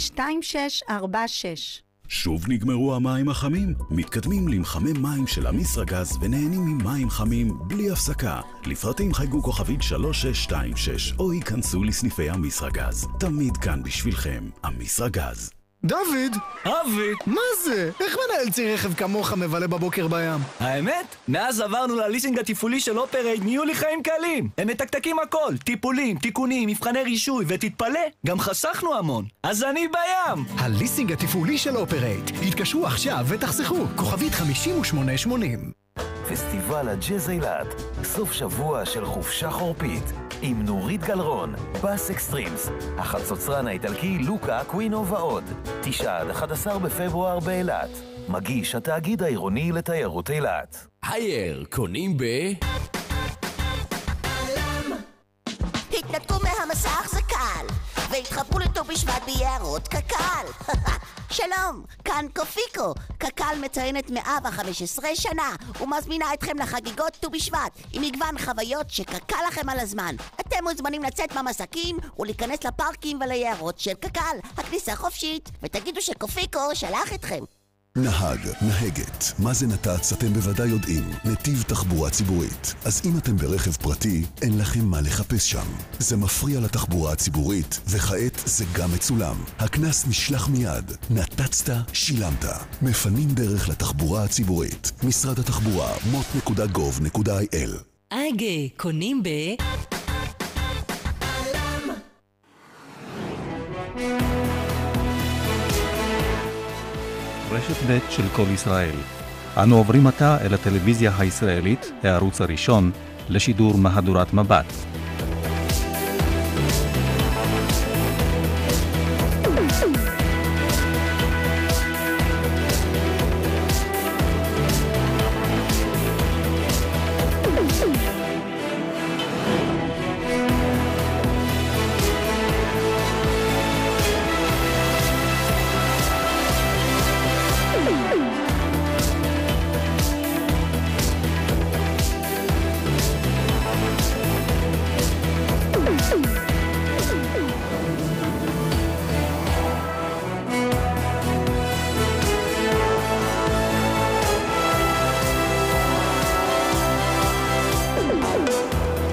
2646. שוב נגמרו המים החמים? מתקדמים למחמי מים של אמיסרגז ונהנים ממים חמים בלי הפסקה. לפרטים חייגו כוכבית 3626 או ייכנסו לסניפי אמיסרגז. תמיד כאן בשבילכם, אמיסרגז. דוד! אבי! מה זה? איך מנהל צי רכב כמוך מבלה בבוקר בים? האמת? מאז עברנו לליסינג התפעולי של אופרייט, נהיו לי חיים קלים. הם מתקתקים הכל, טיפולים, תיקונים, מבחני רישוי, ותתפלא, גם חסכנו המון. אז אני בים! הליסינג התפעולי של אופרייט. התקשרו עכשיו ותחסכו. כוכבית 5880. פסטיבל הג'אז אילת, סוף שבוע של חופשה חורפית, עם נורית גלרון, בס אקסטרימס, החצוצרן האיטלקי לוקה אקווינו ועוד, 9-11 בפברואר באילת. מגיש התאגיד העירוני לתיירות אילת. הייר, קונים ב... התנתקו מהמסך זה קל, והתחפרו לט"ו בשבט ביערות קק"ל. שלום, כאן קופיקו. קק"ל מציינת 115 שנה ומזמינה אתכם לחגיגות ט"ו בשבט עם מגוון חוויות שקק"ל לכם על הזמן. אתם מוזמנים לצאת מהמסקים ולהיכנס לפארקים וליערות של קק"ל. הכניסה חופשית, ותגידו שקופיקו שלח אתכם. נהג, נהגת, מה זה נת"צ אתם בוודאי יודעים, נתיב תחבורה ציבורית. אז אם אתם ברכב פרטי, אין לכם מה לחפש שם. זה מפריע לתחבורה הציבורית, וכעת זה גם מצולם. הכנס נשלח מיד. נת"צת, שילמת. מפנים דרך לתחבורה הציבורית. משרד התחבורה, mot.gov.il. אגה, קונים ב... רשת ב' של כל ישראל. אנו עוברים עתה אל הטלוויזיה הישראלית, הערוץ הראשון, לשידור מהדורת מבט.